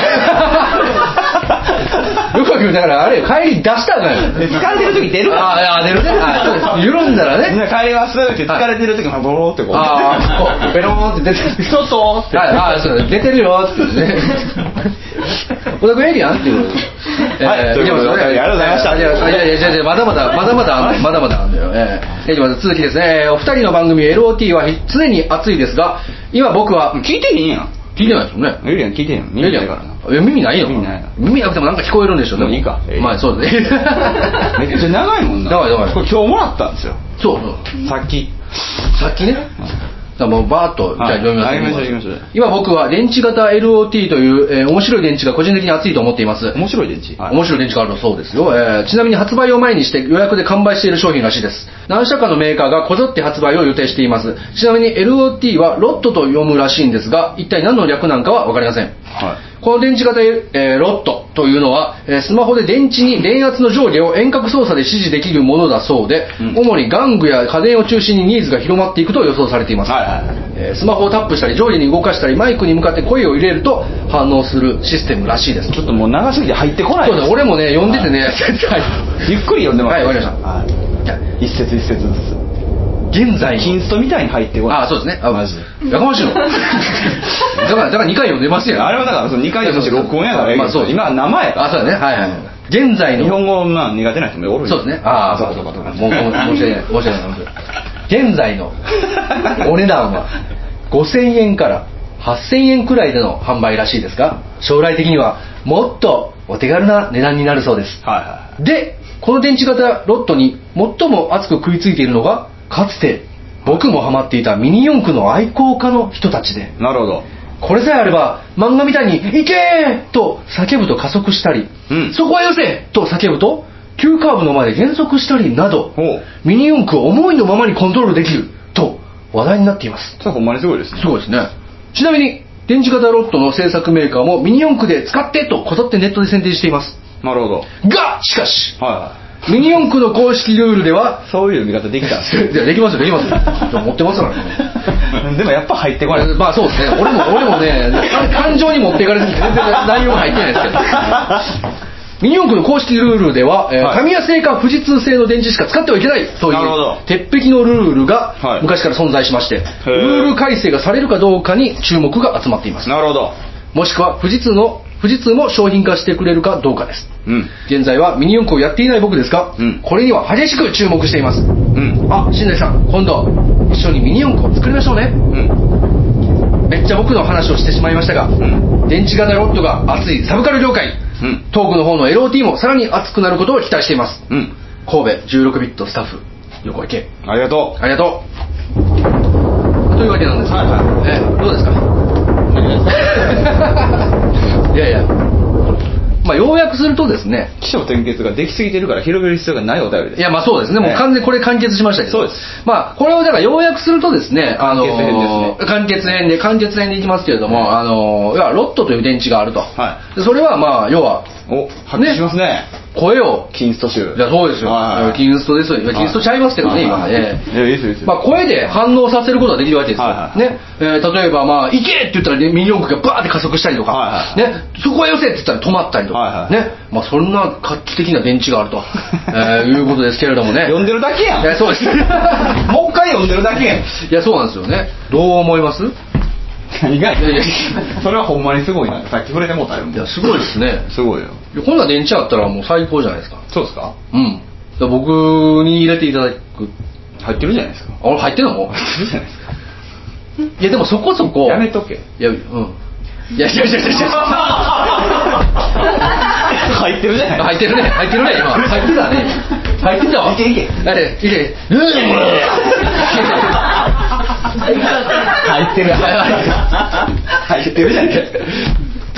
よく言うだからあれ帰り出したらあかんよ。 疲れてる時出るから。 ああ出るね。あそうです。緩んだらね。 帰りますって疲れてる時もボローってこう。 ああベローンって出てる。 そうそうって。 ああそう出てるよってね。小田君エリアンっていう。 はい。ということでありがとうございました。 いやいやいやいやまだまだまだまだあんのまだまだあんのよ。ええ。では続きですね。お二人の番組 エルオーティー は常に熱いですが、今僕は聞いてへんやん。 聞いてないですよね。 エリアン聞いてへん。耳ないからな。 え耳ないよ。 耳ない。 耳なくてもなんか聞こえるんでしょ。 もういいか。 まあそうですね。 めっちゃ長いもんな。 長い長い。 これ今日もらったんですよ。 そうそう。 さっき。 さっきね。じゃあもうバーッとじゃあ読みます。 はい、行きましょう行きましょう。 今僕は電池型 エルオーティー という、えー、面白い電池が個人的に熱いと思っています。 面白い電池、 はい、面白い電池があるそうですよ、えー。ちなみに発売を前にして予約で完売している商品らしいです。何社かのメーカーがこぞって発売を予定しています。ちなみに エルオーティー はロットと読むらしいんですが、一体何の略なんかは分かりません。はい、この電池型、えー、ロットというのは、えー、スマホで電池に電圧の上下を遠隔操作で指示できるものだそうで、うん、主に玩具や家電を中心にニーズが広まっていくと予想されています。はいはい、えー、スマホをタップしたり上下に動かしたりマイクに向かって声を入れると反応するシステムらしいです。 ちょっともう長すぎて入ってこないです。 そうだ、俺もね読んでてね、はい、 ゆっくり読んでもらって。 はい、わかりました。はい、 一節一節ずつ。 現在キンストみたいに入ってこない。 ああ、そうですね。あ、マジで。やかましいの。だからだからにかい読んでますよ。 あれはだからそのにかい読んで録音やから。まあそう。今は生やから。 あ、そうだね。はいはい。現在の日本語まあ苦手な人もおる。 そうですね。ああ、そうかそうかそうか。もう申し訳ない申し訳ない。現在のお値段はごせんえんからはっせんえんくらいでの販売らしいですが、将来的にはもっとお手軽な値段になるそうです。はいはい。で、この電池型ロットに最も熱く食いついているのが、かつて僕もハマっていたミニ四駆の愛好家の人たちで、 なるほど。 これさえあれば漫画みたいに「行けー!」と叫ぶと加速したり、うん、そこへ寄せと叫ぶと急カーブの前で減速したりなど、ミニ四駆を思いのままにコントロールできると話題になっています。 それほんまにすごいですね。 すごいですね。ちなみに電池型ロットの製作メーカーもミニ四駆で使ってとこぞってネットで宣伝しています。 なるほど。 がしかし、はいはい、ミニ四駆の公式ルールではそういう見方できたんですよ。 できますよできますよ。持ってますからね。 でもやっぱ入ってこない。 まあそうですね。俺も俺もね感情に持っていかれて全然内容が入ってないですけど。ミニ四駆の公式ルールでは、えーはい、タミヤ製か富士通製の電池しか使ってはいけないという鉄壁のルールが昔から存在しまして、はい、ルール改正がされるかどうかに注目が集まっています。 なるほど。 もしくは富士通の富士通も商品化してくれるかどうかです。うん、現在はミニ四駆をやっていない僕ですが、うん、これには激しく注目しています。うん、あ、新内さん、今度一緒にミニ四駆を作りましょうね。うん、めっちゃ僕の話をしてしまいましたが、うん、電池型ロットが熱いサブカル業界、うん、トークの方の エルオーティー もさらに熱くなることを期待しています。うん、神戸じゅうろくビットスタッフ横池、 ありがとうありがとうというわけなんです。はいはい、えー、どうですか。いやいや、まあ要約するとですね、 起承転結ができすぎてるから広げる必要がないお便りです。 いやまあそうですね、もう完全にこれ完結しましたけど、 そうです。 まあこれをだから要約するとですね、あのー、 完結編ですね。 完結編で完結編でいきますけれども、あのー、要はロットという電池があると。はい。それはまあ要はお発揮しますね。 声をキンスト集。 いやそうですよ。はい、キンストですよ。キンストちゃいますけどね、今ね。 いやいいですいいです。 まあ声で反応させることができるわけですよ。はいはい、ね、えー、例えばまあ行けって言ったらミニ四駆がバーって加速したりとか、はいはい、ね、そこへ寄せって言ったら止まったりとか、はいはい、ね、まあそんな画期的な電池があると、えー、いうことですけれどもね。 読んでるだけやん。 いやそうです。 もう一回読んでるだけやん。いやそうなんですよね。どう思います？ 意外。それはほんまにすごいな。さっき触れてもうたよ。 いやすごいですね。 すごいよ。 こんな電池あったらもう最高じゃないですか。 そうですか。 うん。だ僕に入れていただく。 入ってるじゃないですか。 あれ入ってるの？ 入ってるじゃないですか。 いやでもそこそこ。 やめとけ。 いやうん。いやいやいやいやいや。 入ってるじゃない。 入ってるね入ってるね今入ってたね入ってたわ。 いけいけ。 あれいけ。うん。入ってる。入ってるじゃない。 と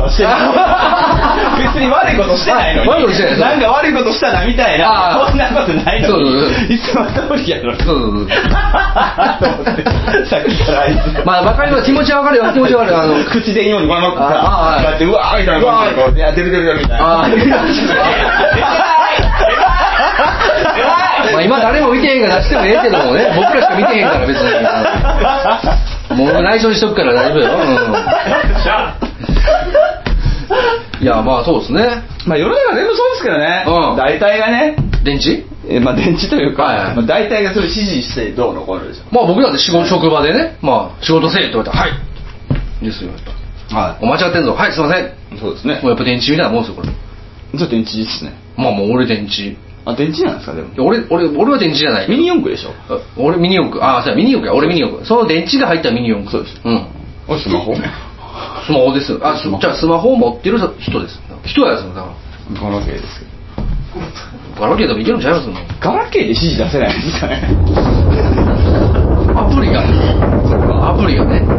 はしてない別に悪いことしてないのに悪いことしてないなんか悪いことしたなみたいなそんなことないのにいつも通りやろそうそうそうと思ってさっきからあいつまあ分かります気持ちは分かるよ気持ちは分かるあの口で言うようにこのままああこうやってうわーみたいな感じでこういや出る出る出るみたいなあまあ今誰も見てへんから出してもええけどもね僕らしか見てへんから別にもう内緒にしとくから大丈夫よ、うん、いやまあそうですねまあ世の中全部そうですけどね、 うん、 大体がね電池えまあ電池というか、 はいはいまあ、大体がそれ指示してどうのこうのでしょまあ僕だって仕事職場でねまあ仕事せえって言われたらはいですよやっぱはお間違ってんぞはいすいませんいそうですねもうやっぱ電池みたいなもんですよこれちょっと電池ですねまあもう俺電池あ電池なんですかでもいや俺俺俺は電池じゃないミニ四駆でしょあ俺ミニ四駆ああそうやミニ四駆や俺ミニ四駆その電池が入ったミニ四駆そうですうんおスマホスマホですあスマホじゃあスマホを持ってる人です人やつだからガラケーですけどガラケーでもいけるんちゃいますもんガラケーで指示出せないんですかねアプリがそうかアプリがねうん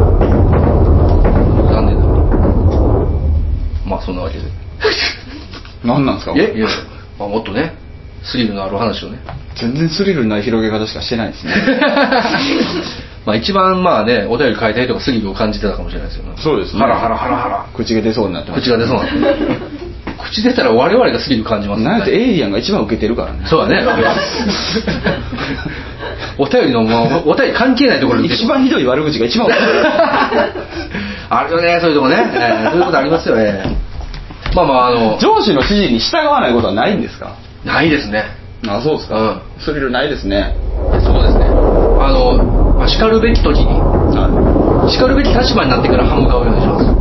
残念だまあそんなわけで何なんですかいやいや、まあ、もっとねスリルのある話をね全然スリルない広げ方しかしてないですねまあ一番まあねお便り書いた人がスリルを感じてたかもしれないですよねそうですねハラハラハラハラ口が出そうになってます口が出そうなんです口出たら我々がスリル感じますねなんやってエイリアンが一番受けてるからねそうだねお便りのもうお便り関係ないところで一番ひどい悪口が一番受けてるあるよねそういうとこね、えー、そういうことありますよねまあまああの上司の指示に従わないことはないんですかないですねあそうですか、 うんスリルないですねそうですねあの、まあ、叱るべき時には叱るべき立場になってから歯向かうようにします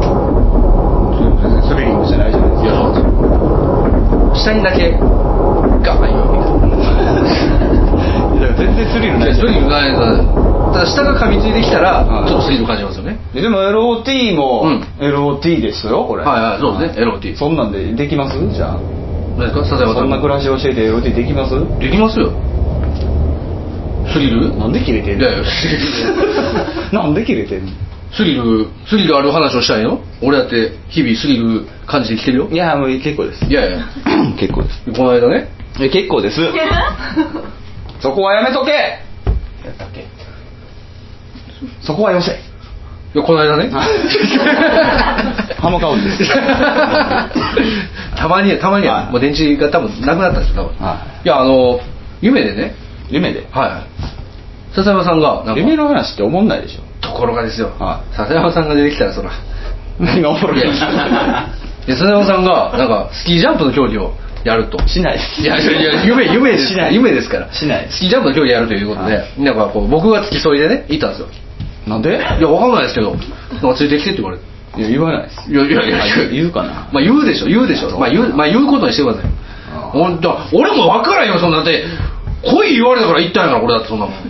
いスリリングじゃないじゃないですいやそうです下にだけガーン言うみたいなか全然スリルないスリルないただ下が噛みついてきたらはいちょっとスリル感じますよねでも エルオーティー も、 うんエルオーティー ですよこれはいはいそうですね エルオーティーそんなんでできますじゃあ何ですか笹山さんそんな暮らしを教えて エルオーティー できますできますよスリルなんで切れてんのいやいやスリルなんで切れてんのスリルスリルある話をしたいの俺だって日々スリル感じてきてるよいやもう結構ですいやいや結構ですこの間ねいや結構ですそこはやめとけやったっけそこはよせいやこの間ね浜香織ですたまにたまには、はい、もう電池が多分なくなったんですよ多分、はい、いやあの夢でね夢ではい笹山さんがなんか夢の話って思んないでしょ。 ところがですよ、はい、笹山さんが出てきたらそら何がおもろいで笹山さんがなんかスキージャンプの競技をやるとしないです。 いやいや夢夢ですしない夢ですからしないスキージャンプの競技やるということで、はい、なんかこう僕が付き添いでね行ったんですよ。 なんで？いやわかんないですけどなんかついてきてって言われて。 いや言わないです。 いやいやいや言うかな。 まあ言うでしょ言うでしょ。まあ言うまあ言うことにしてください。本当俺も分からんよそんなだって来い言われたから行ったんやから俺だってそんなもん。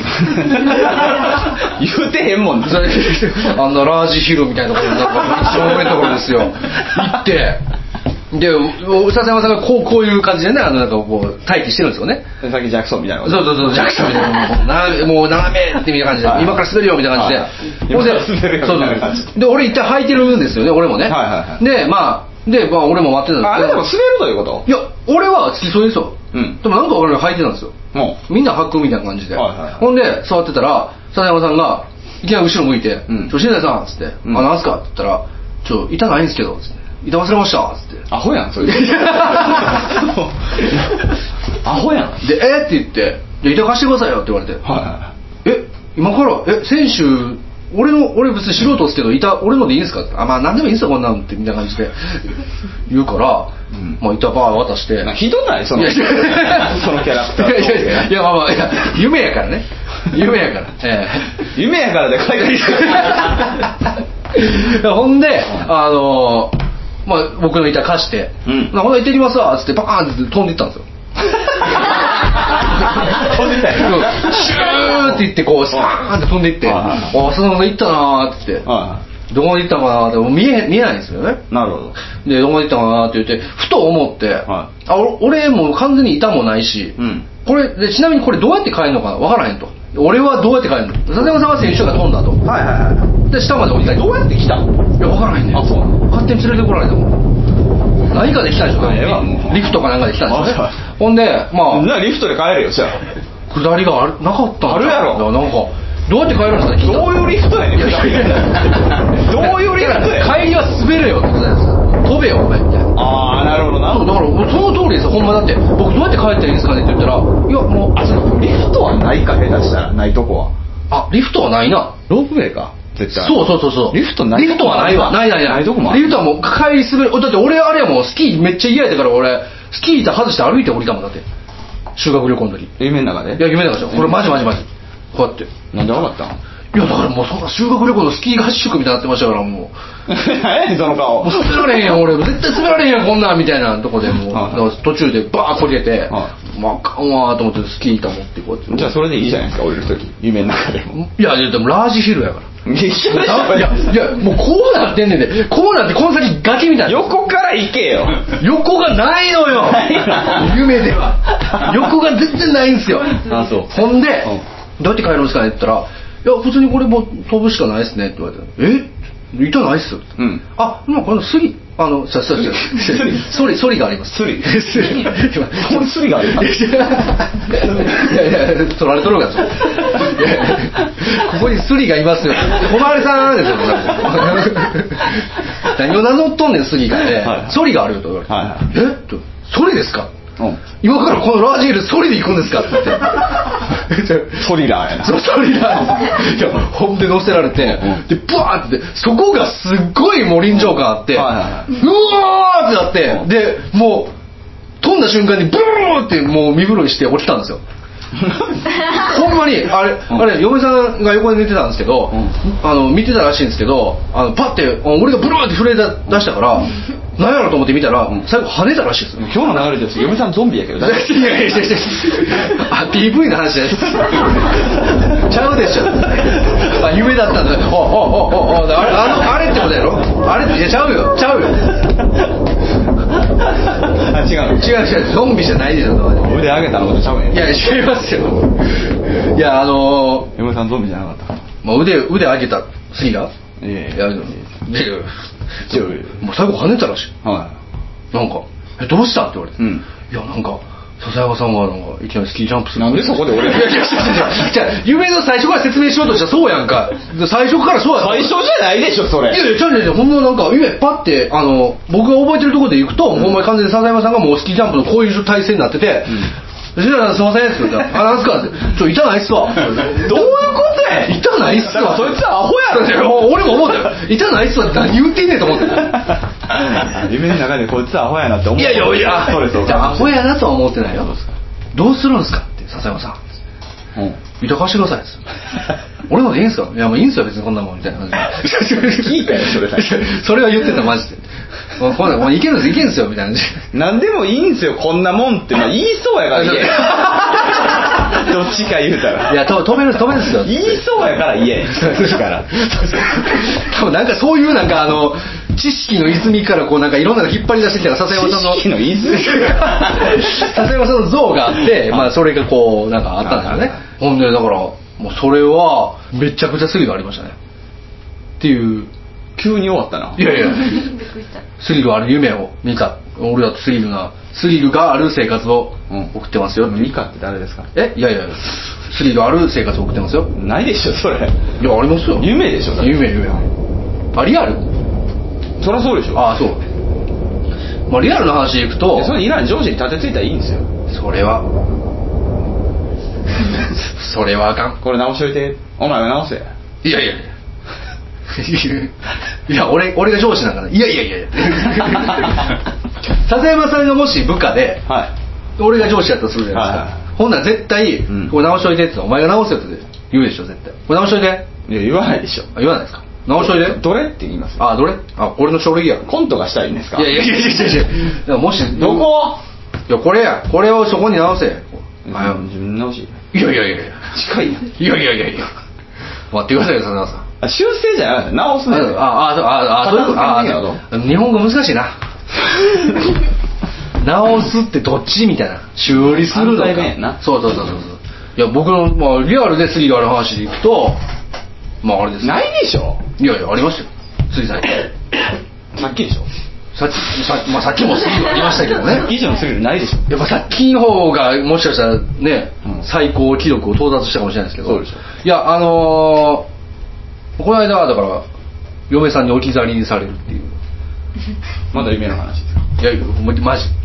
言うてへんもん。 あんなラージヒルみたいなところなんか一番上のところですよ。行って。で笹山さんがこうこういう感じでねあのなんかこう待機してるんですよね。 さっきジャクソンみたいなこと。 そうそうそうジャクソンみたいななもう斜めってみたいな感じで、はい、今から滑るよみたいな感じで、 今から滑るよみたいな感じで俺一旦履いてるんですよね俺もね、 はいはいはい、 でまあでまあ俺も待ってたんですけど、 あれでも滑るということ？ いや俺は付き添いですよ、うん、でもなんか俺履いてたんですよ、 もうみんな履くみたいな感じで、 はいはいはい、 ほんで座ってたら笹山さんがいきなり後ろ向いて「うん、ちょ新谷さん」っつって「うん、あなんすか?」って言ったら「ちょ板ないんですけど」っつって板忘れましたっつってアホやんそれアホやんでえって言って「板貸してくださいよ」って言われて、はい、え今からえ先週俺の俺別に素人ですけど板俺のでいいんですかってあまあ何でもいいんですよこんなんってみたいな感じで言うから、うん、まあ板バー渡してひどないそのそのキャラクターいやいやいやいやまあまあいや夢やからね夢やから、えー、夢やからで書いてるほんであのーまあ、僕の板貸して、うん、ほな行ってきますわっつってバーンって飛んでいったんですよ飛んでいったよシューっていってこうスパーンって飛んでいってああそのまま行ったなーって言ってどこまで行ったかなーって見え見えないんですよね。 なるほど。 でどこまで行ったかなーって言ってふと思って、はい、あ俺もう完全に板もないし、うん、これでちなみにこれどうやって帰るのか分からへんと俺はどうやって帰るの笹山さんは選手が飛んだと、はいはいはい、で下まで降りたどうやって来たいや分からへんねん。あそうなの勝手に連れてこられたもん何かで来たでしょリフトかなんかで来たんですよね。ほんでまあリフトで帰るよじゃあ下りがあるなかったんあるやろなんかどうやって帰るんですかねどういうリフトやねんどういうリフトや帰りは滑れよってことじゃないですか飛べよお前みたいな。 ああなるほどな。 だからその通りですよほんまだって僕どうやって帰ったらいいんですかねって言ったらいやもうあそうリフトはないか下手したらないとこはあリフトはないなロープウェイか絶対そうそうそうそうリフトないリフトはないわないないないないとこもあるリフトはもう帰り滑るだって俺あれはもうスキーめっちゃ嫌やったから俺スキー板外して歩いて降りたもんだって修学旅行の時夢の中でいや夢の中でしょこれマジマジマジこうやってなんで分かったのいやだからもうそんな修学旅行のスキー合宿みたいになってましたからもう何やねんその顔もう滑られへんやん俺絶対滑られへんやんこんなんみたいなとこでもうだから途中でバーッこけて、はい、まああかんわーと思ってスキー板持ってこうやってじゃあそれでいいじゃないですか降りる時夢の中でもいやいやでもラージヒルやからいやいやもうこうなってんねんでこうなってこの先崖みたいな横から行けよ横がないのよ夢では横が全然ないんですよあそうほんで、うん、どうやって帰るんですかねって言ったらいや普通にこれも飛ぶしかないですねって言われてえ板ないっす、うん、あもうこのスリあのささソリソリがありますスリスリこれスリがありますいやいや取られとるがそここにスリがいますよ小回さんですよ何を名乗っとんねんスリがね、はいはい、ソリがあるよと言われて、はいはい、えっとソリですかうん、今からこのラージヒルソリで行くんですかって言ってソリラーやなそうソリラーいやほんで乗せられて、うん、でブワーってそこがすっごいもう臨場感あって、うんはいはいはい、うわーってなって、うん、でもう飛んだ瞬間にブーってもう身震いして落ちたんですよほんまにあれ、うん、あれ嫁さんが横で寝てたんですけど、うん、あの見てたらしいんですけどあのパッて俺がブルーって震え出したから何やろうと思って見たら、うん、最後跳ねたらしいですよ。 今日の流れです嫁さんゾンビやけどいやいやいやいやあ ピーブイ の話じゃないですちゃうでしょあ夢だったんだおおおおおあれあのあれってことやろあれっていやちゃうよちゃうよあ違う違う違うゾンビじゃないでしょ腕上げたのことちゃうやんいや違いますよいやあのー、嫁さんゾンビじゃなかった、 まあ、腕腕上げた次がいやいやいやもう最後跳ねたらしい、はい、なんかえどうしたって言われて、うん、いやなんか笹山さんがなんかいきなりスキージャンプする。 なんでそこで俺いやいやいやいやじゃあ夢の最初から説明しようとしたらそうやんか。最初からそうやん。 最初じゃないでしょそれ。 いやいやちゃうねん、ほんまなんか夢パッてあの僕が覚えてるところで行くと、うん、ほんまに完全に笹山さんがもうスキージャンプのこういう体勢になってて。うんすいませんって言ったら、あ、なんすかって、ちょ、痛ないっすわ。どういうことや痛ないっすわ。 そいつはアホやろ。 俺も思ったよ。痛ないっすわって何言ってんねんと思って夢の中でこいつはアホやなって思って。 いやいやいや、 それそう。 じゃあアホやなとは思ってないよ。どうするんすかって、笹山さん。うん。痛かしてくださいです。俺のでいいんすか？いやもういいんすよ別にこんなもんみたいな感じで。 聞いたよそれ。 それは言ってたマジで。もうこんなもういけるんですいけるんですよみたいな感じ。 なんでもいいんすよこんなもんってまあ言いそうやから言え。どっちか言うたら。 いやと止める止めるんですよ。 言いそうやから言え。そっちから。 多分なんかそういうなんかあの知識の泉からこうなんかいろんなの引っ張り出してきたら笹山さんの知識の泉笹山さんの像があってまあそれがこうなんかあったんだよね。ほんでだからもうそれはめちゃくちゃスリルありましたねっていう。 急に終わったな。 いやいやスリルある夢を見た。俺だとスリルなスリルがある生活を送ってますよ。 ミカって誰ですか？ えいやいやスリルある生活を送ってますよ。 ないでしょそれ。いやありますよ。 夢でしょ。 夢夢あリアル。 そりゃそうでしょ。 ああそう。まあリアルな話でいくとそれいらん上司に立てついたらいいんですよ。 それはそれはあかん。 これ直しといて。お前は直せ。 いやいやいやいや俺俺が上司なんかないやいやいやいや笹山さんがもし部下で、はい、俺が上司やったとするじゃないですか、はいはい、ほんなら絶対、うん、これ直しといてってお前が直せよって言うでしょ絶対。これ直しといて。 いや言わないでしょ。 言わないですか。直しといて。 どれって言います。 あどれあ俺の書類や。 コントがしたいんですか。 いやいやいやいやいやもしどこいやこれやこれをそこに直せ。 あ自分直し。 いやいやいやいや近いやん。 いやいやいやいや待ってくださいよ笹山さん。 修正じゃない直すね。 ああああそういうあ日本語難しいな。直すってどっちみたいな。修理するのか。そうそうそうそう。いや僕のまあリアルでスリルある話でいくとまああれです。 ないでしょ。 いやいやありましたよ。つい最近。 さっきでしょ。 さっきさまあさっきもスリルありましたけどね。 さっき以上のスリルないでしょ。 やっぱさっきの方がもしかしたらね、うん、最高記録を到達したかもしれないですけど。 そうでしょ。 いやあのー。この間はだから嫁さんに置き去りにされるっていう。 まだ夢の話ですか。 いやいやマジ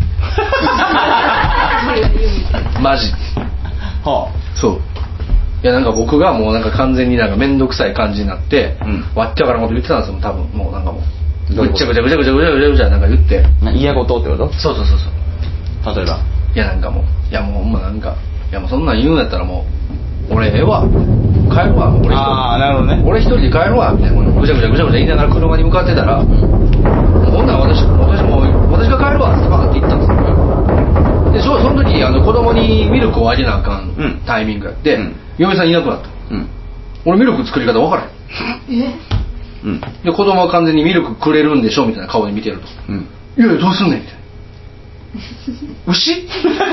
マジはあそういやなんか僕がもうなんか完全になんか面倒くさい感じになって、うん、わっちゃからこと言ってたんですよ多分もうなんかもうぐっちゃぐちゃぐちゃぐちゃぐちゃぐちゃぐちゃなんか言って嫌事ってこと。 そうそうそうそう例えばいやなんかもういやもうほんまなんかいやもうそんなん言うんやったらもう俺ええわ帰るわ俺一人ああなるほどね俺一人で帰るわみたいなぐちゃぐちゃぐちゃぐちゃ言いながら車に向かってたら、うん、ほんなら私私も私が帰るわってバーって言ったんですよ。で そ, その時あの子供にミルクをあげなあかんタイミングやって、うん、嫁さんいなくなった、うん、俺ミルク作り方分からへんえ、うん、で子供は完全にミルクくれるんでしょみたいな顔で見てると、うん、いやいやどうすんねんみたいな牛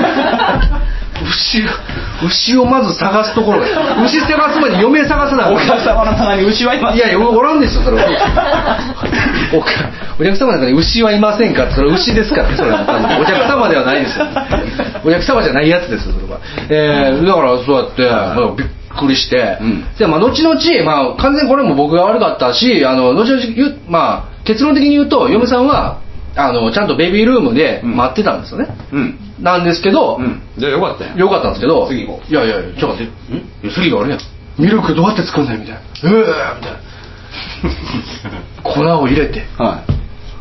牛牛をまず探すところが牛探す前に嫁探さない。 お客様の中に牛はいます。 いやいやおらんですよそれはお, お客様の中に牛はいませんかってそれは牛ですからねそれはお客様ではないですよお客様じゃないやつですよそれは、えー、だからそうやって、まあ、びっくりして、うん、でまあ後々、まあ、完全にこれも僕が悪かったしあの後々言う、まあ、結論的に言うと嫁さんはあのちゃんとベビールームで待ってたんですよね、うん、なんですけど、うん、 じゃあよかったよよかったんですけど次もいやいやいやちょっと待ってんいや次があれやミルクどうやって作んないみたいなえーみたいな粉を入れて、はい、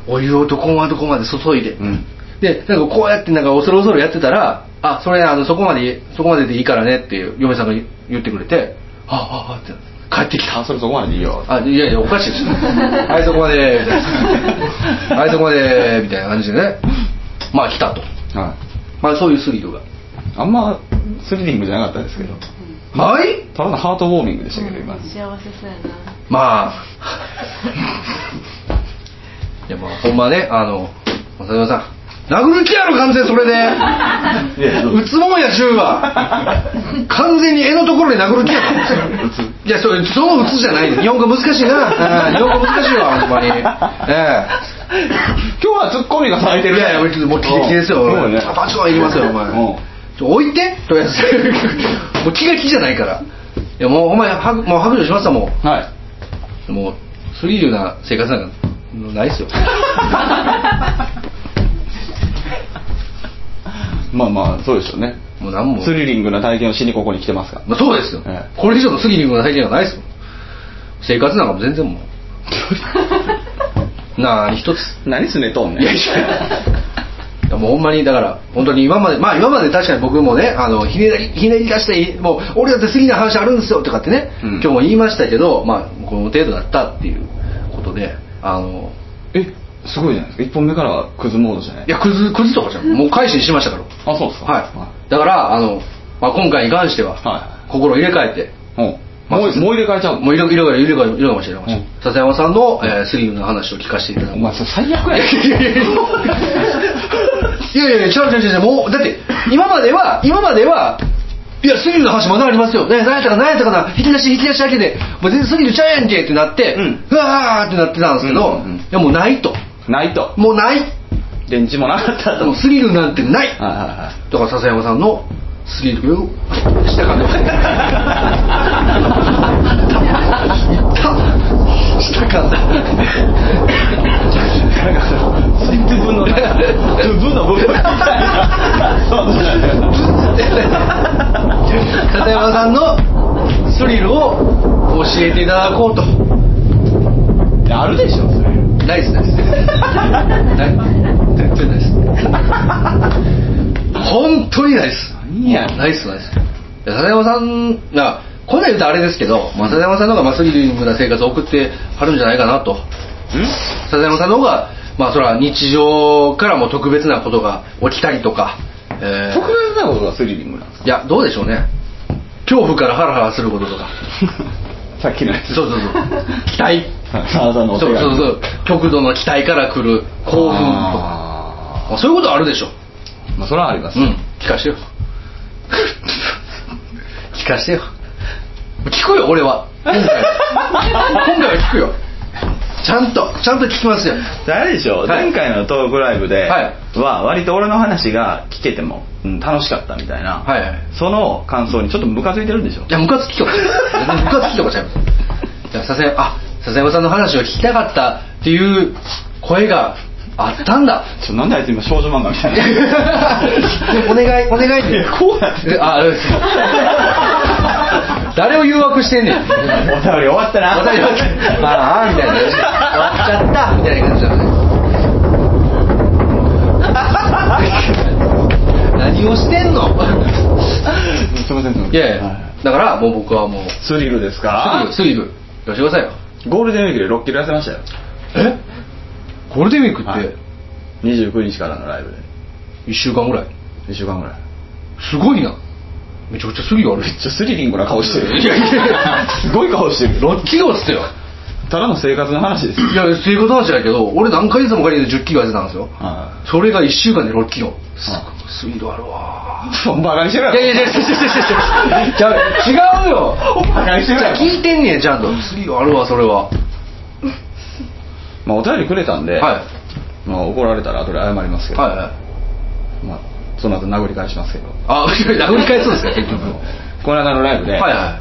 お湯をどこまでどこまで注いで、うん、でなんかこうやってなんか恐る恐るやってたらあそれあのそこまでそこまででいいからねっていう嫁さんが言ってくれてはあはあって帰ってきた。 あそれそこまででいいよ。 あいやいやおかしいですはいそこまでみたいなはいそこまでみたいな感じでねまあ来たと、はい、まあそういうスリルがあんまスリリングじゃなかったですけど、うん、 はいただのハートウォーミングでしたけど、うん、今幸せそうやなまあいやまあほんまねあの佐々さん殴る気やろ完全それで打つもんや銃は完全に絵のところに殴る気やろいやそれその打つじゃない日本語難しいな日本語難しいわほんまにええ今日はツッコミが咲いてるね。 いやいや、もうキレキレですよ。 そうね。 バチコンいりますよ、お前。ちょ置いてとりあえず。もう気が気じゃないから。いや、もうお前、はもう白状しましたもん。 はい。 もう、スリルな生活なんかないっすよ。 まあまあ、そうでしょうね。 もう何も。 スリリングな体験をしにここに来てますから。 まあ、そうですよ、 ええ。 これ以上のスリリングな体験はないですよ。生活なんかも全然もう。なあに一つ。 何すねとんねん。 いやいやもうほんまにだから本当に今までまあ今まで確かに僕もねあのひねりひねり出してもう俺だって好きな話あるんですよとかってね、うん、今日も言いましたけどまあこの程度だったっていうことであのえすごいじゃないですか一本目からクズモードじゃないいやクズクズとかじゃんもう改心しましたからあそうですかはい、はい、だからあの、まあ、今回に関しては、はい、心を入れ替えて、 うんもうもう入れ替えちゃうもう入れ替え入れ替え入れ替え入れ替えました入れ替えました笹山さんの、えー、スリルの話を聞かせていただくお前それ最悪やいやいやいや違う違う違うもうだって今までは今まではいやスリルの話まだありますよね何やったか何やったかな引き出し引き出しだけでもう全然スリルちゃうやんけってなって、うん、うわーってなってたんですけど、うんうんうん、いやもうないとないともうない電池もなかったともうスリルなんてない、はいはいはい、だから笹山さんのスリルをしたかったしたかった部分の部分の部分片山さんのスリルを教えていただこうとあるでしょそれないですないです全然ないです本当にないですいやないですないです笹山さんがこんなん言うとあれですけど、まあ、笹山さんの方がまあスリリングな生活を送ってはるんじゃないかなと笹山さんの方がまあそれは日常からも特別なことが起きたりとか、 えー、特別なことがスリリングなんですかいやどうでしょうね恐怖からハラハラすることとかさっきのやつそうそうそう期待そうそうそう極度の期待から来る興奮とかまあ、そういうことあるでしょまあそれはあります、 うん聞かしてよ聞かしてよ聞くよ俺は今回今回は聞くよちゃんとちゃんと聞きますよあれでしょ、はい、前回のトークライブでは割と俺の話が聞けても、うん、楽しかったみたいな、はいはい、その感想にちょっとムカついてるんでしょいやムカつきとかムカつきとかちゃいますいや笹山あ笹山さんの話を聞きたかったっていう声があったんだちょなんであいつ今少女漫画みたいなお願いお願いってこうやってあ誰を誘惑してんねんお便り終わったなお便り終わったああみたいな終わっちゃったみたいな感じだね何をしてんのすいませんすいませんいやいや、はい、だからもう僕はもうスリルですかスリルスリルよしてくださいよゴールデンウィークでろっキロ痩せましたよえゴールデンウィークって、はい、 にじゅうくにちからのライブでいっしゅうかんぐらいいっしゅうかんぐらいすごいなめちゃくちゃスリルあるめっちゃスリリングな顔してるいやいやいやすごい顔してるろっキロっすよただの生活の話ですいや生活の話だけど俺何ヶ月もかけてじゅっキロ痩せたんですよ、はい、それがいっしゅうかんでろっキロすごいスリルあるわバカにしてるやろいやいやいや違うよバカにしてるやろ聞いてんねんちゃんとスリルあるわそれはまあお便りくれたんで、はいまあ、怒られたら後で謝りますけど、はいはいまあ、その後殴り返しますけどあ殴り返すんですか結局この間のライブで、はいはい、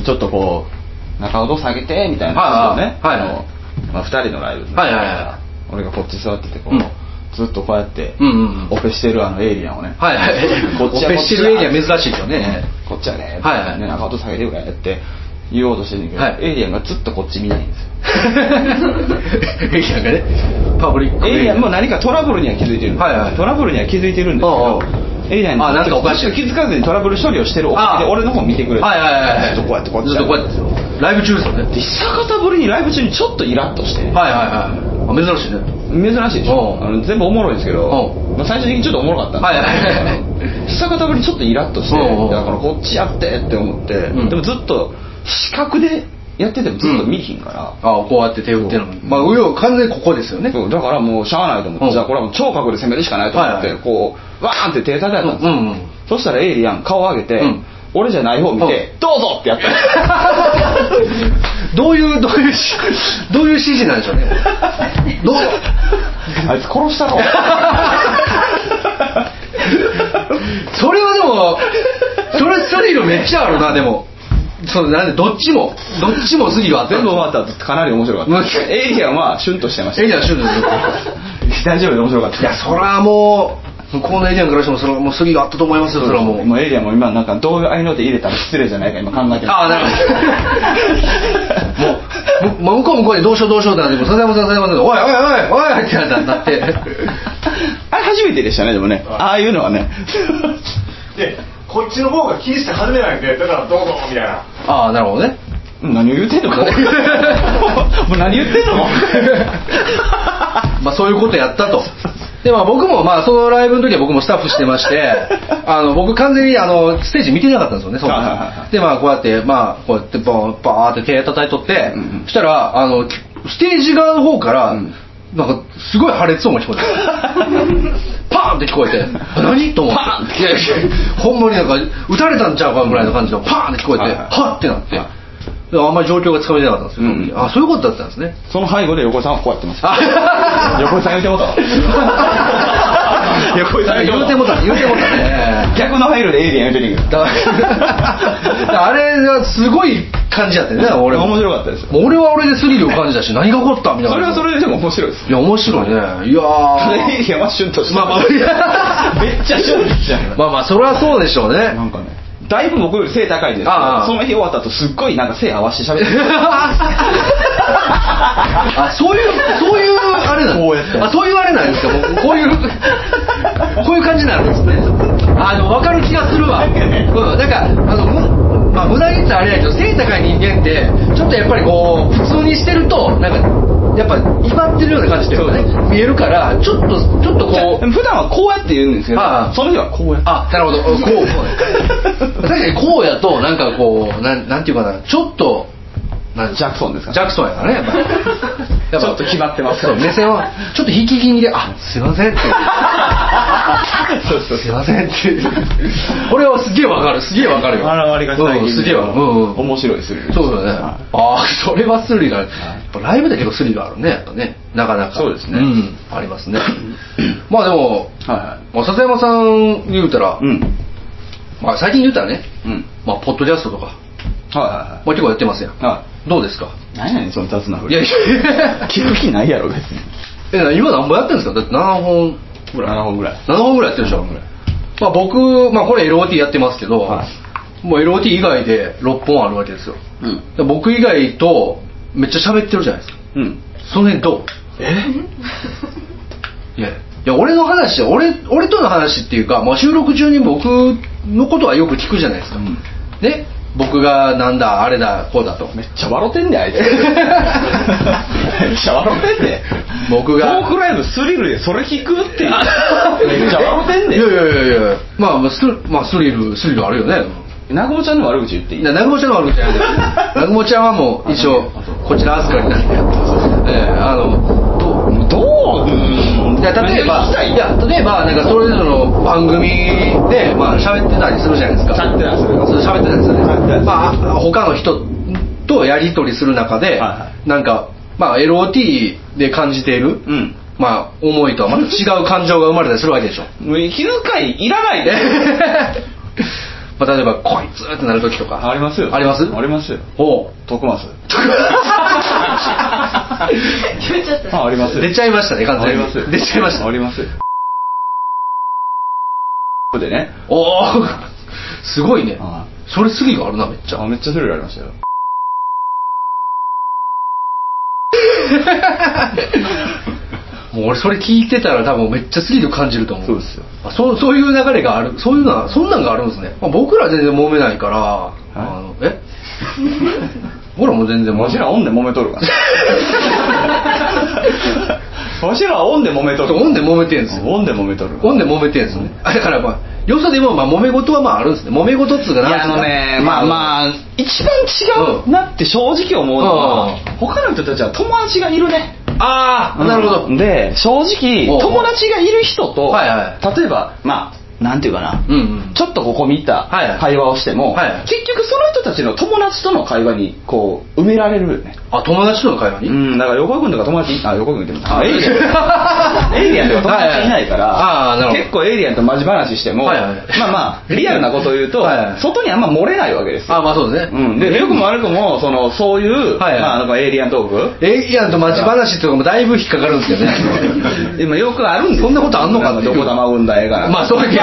ちょっとこう中尾下げてみたいな感じでね、はいはいはいまあ、ふたりのライブで、はいはいはい、俺がこっち座っててこう、うん、ずっとこうやって、うんうんうん、オペしてるあのエイリアンをね、はいはい、こっちはこっちオペしてるエイリアン珍しいですよね、うん、こっちはね、はいはい、中尾下げてるからやって言おうとしてるんだけど、はい、エイリアンがずっとこっち見ないんですよエイリアンがねパブリックエイリアンも何かトラブルには気づいてるんです、はいはい、トラブルには気づいてるんですけどエイリアンにあなんかおかしい気づかずにトラブル処理をしてるおかげで俺の方見てくれてはいはいはいずっとこうやってこっちずっとこうやってですよライブ中ですよねで久方ぶりにライブ中にちょっとイラッとしてはいはいはいあ珍しいね珍しいでしょあの全部おもろいんですけど、まあ、最終的にちょっとおもろかったんで、はいはいはい、久方ぶりにちょっとイラッとしてだからこっちやってって思って、うん、でもずっと視覚でやっててもずっと見ひんから、 うん、あこうやって手打ってるのにまあ上は完全にここですよねそうだからもうしゃあないと思って、うん、じゃあこれはもう聴覚で攻めるしかないと思って、はいはい、こうワーンって手叩いたんですよ、うんうん、そしたらエイリアン顔上げて、うん、俺じゃない方見て、うん、どうぞってやったどういうどういうどういう指示なんでしょうね。どうあいつ殺したろ。 それはでもそれスリルめっちゃあるな。でもそうなんでどっちもどっちもスリルあった。 全部終わった後かなり面白かった。エイリアンはシュンとしてました。 エイリアンシュンとして大丈夫で面白かった。 いやそれはもうこのエイリアンからしてもそれはもうスリルあったと思いますよ。それはもうもうエイリアンも今なんかどういう合いの手入れたら失礼じゃないか今考えてます。 ああなるほど。もう向こう向こうにどうしようどうしようってなって笹山さん笹山さんおいおいおいおいってなってあれ初めてでしたね。でもねああいうのはねでこっちの方が気にして始めないんでだからどうぞみたいな。 ああなるほどね。 何を言ってんのもう何言ってんのまあそういうことやったと。でまあ僕もまあそのライブの時は僕もスタッフしてましてあの僕完全にあのステージ見てなかったんですよね。そのでまあこうやってまあこうやってバーバーって手叩いとって、うんうん、そしたらあのステージ側の方から、うん、なんかすごい破裂音が聞こえてパーンって聞こえて何と思ってパーンっていやいやほんまになんか撃たれたんちゃうかぐらいの感じのパーンって聞こえて、はいはい、はっってなって、はいあんまり状況がつかめなかったんですよ、うん、あそういうことだったんですね。 その背後で横井さんはこうやってます横井さん言うてもた横井さん言うてもた言うてもたね逆の配慮でエイリアン言うてるけどあれはすごい感じだったよね。俺面白かったです。 俺は俺でスリルを感じたし何が起こったみたいな。 それはそれででも面白いです。 いや面白いね。いやーエイリアンはシュンとしてまあまあめっちゃシュンとしてまあまあそれはそうでしょうね。 なんかねだいぶ僕より背高いんですけどその日終わった後すっごいなんか背合わせて喋ってるあそういうそういうあれなんですか。あそういうあれなんですか。もうこういうこういう感じなんですね。あでも分かる気がするわ、うん、なんかあのまあ無駄に言ったらあれだけど背高い人間ってちょっとやっぱりこう普通にしてるとなんかやっぱ威張ってるような感じっていうかね見えるからちょっとちょっとこう普段はこうやって言うんですけどああその日はこうやってあなるほどこう確かにこうやとなんかこうなんなんていうかなちょっとジャクソンですか。 ジャクソンやからねやっぱりやっぱちょっと決まってますから、 ね、目線はちょっと引き気味であすいませんってそうそうすいませんってこれはすげえわかるすげえわかるよ。 あらわりが最近すげえわかる、うんうん、 面白いスリルそうだね、はい、ああそれはスリルがやっぱライブで結構スリルがあるねやっぱねなかなかそうですね、 うん、ありますねまあでも、はいはい、笹山さん言うたら、うんまあ、最近言うたらね、うんまあ、ポッドキャストとかはいはいはい、まあ、結構やってますやん、はい、どうですか。 何やねんその雑なふり。 いやいや聞く気ないやろ別に。 え今何本やってるんですか。だってななほんぐらいななほんぐらいななほんぐらいやってるでしょ。まあ僕まあこれ エルオーティー やってますけど、はい、もう エルオーティー 以外でろっぽんあるわけですよ、うん、僕以外とめっちゃ喋ってるじゃないですか、うん、その辺どうえいやいや俺の話俺俺との話っていうか、まあ、収録中に僕のことはよく聞くじゃないですか、うん、で僕がなんだあれだこうだとめっちゃ笑ってんねあいつめっちゃ笑ってんね僕がトークライブスリルでそれ聞くってめっちゃ笑ってんねいやいやいやいやまあス、まあ、スリルスリルあるよね。 南雲ちゃんの悪口言っていい。 南雲ちゃんの悪口じゃない南雲ちゃんはもう一応こちら預かりなんでやってます、えー、あのどう、うん、 いや例えばいや例えばなんかそれぞれの番組でまあ喋ってたりするじゃないですか。 喋ってたりする喋ってたりするまあ他の人とやり取りする中で、はいはい、なんかまあ エルオーティー で感じている、うん、まあ思いとはまた違う感情が生まれたりするわけでしょ。 もう気遣いいらないでまあ、例えばこいつってなる時とかありますよ。 ありますありますよ。 おう徳松決めちゃった。 あありますよ。 出ちゃいましたね完全に。 ありますよ。 出ちゃいました。 ありますよ。でね。 おおすごいね。ああそれスリルあるなめっちゃ。 あめっちゃスリルありましたよ。 もう俺それ聞いてたら多分めっちゃスリル感じると思う。 そうですよ。 あ そ, そういう流れがあるそういうのはそんなんがあるんですね、まあ、僕ら全然揉めないから、はい、あのえ僕らも全然もちろんオンで揉めとるからもちろんオンで揉めとるオンで揉めてんですよ。 オンで揉めとるオンで揉めてんですよね。だからまあよそでもまあ揉め事はまああるんですね。揉め事っつうかないやあのねまあまあ一番違うなって正直思うのは、うん、他の人たちは友達がいるね。 ああ、うん、なるほど。 で正直友達がいる人と、はいはい、例えばまあなんていうかな、うんうん、ちょっとここ見た会話をしても、はいはい、結局その人たちの友達との会話にこう埋められるよね。 あ、友達との会話に。 うん、だから横川君とか友達、あ、横川君っても、あ、エイリアン、エイリアンとか友達いないから、はいはい、あ、結構エイリアンとマジ話しても、はいはい、まあまあリアルなことを言うと、はいはい、外にあんま漏れないわけですよ。 あ、まあそうですね。 うん、で、よくも悪くもそのそういう、はいはい、まあなんかエイリアントーク、 エイリアンとマジ話とかもだいぶ引っかかるんですよね。 でもよくあるんですよ。 そんなことあんのかって。 どこ玉産んだ映画なんか。 まあそういう。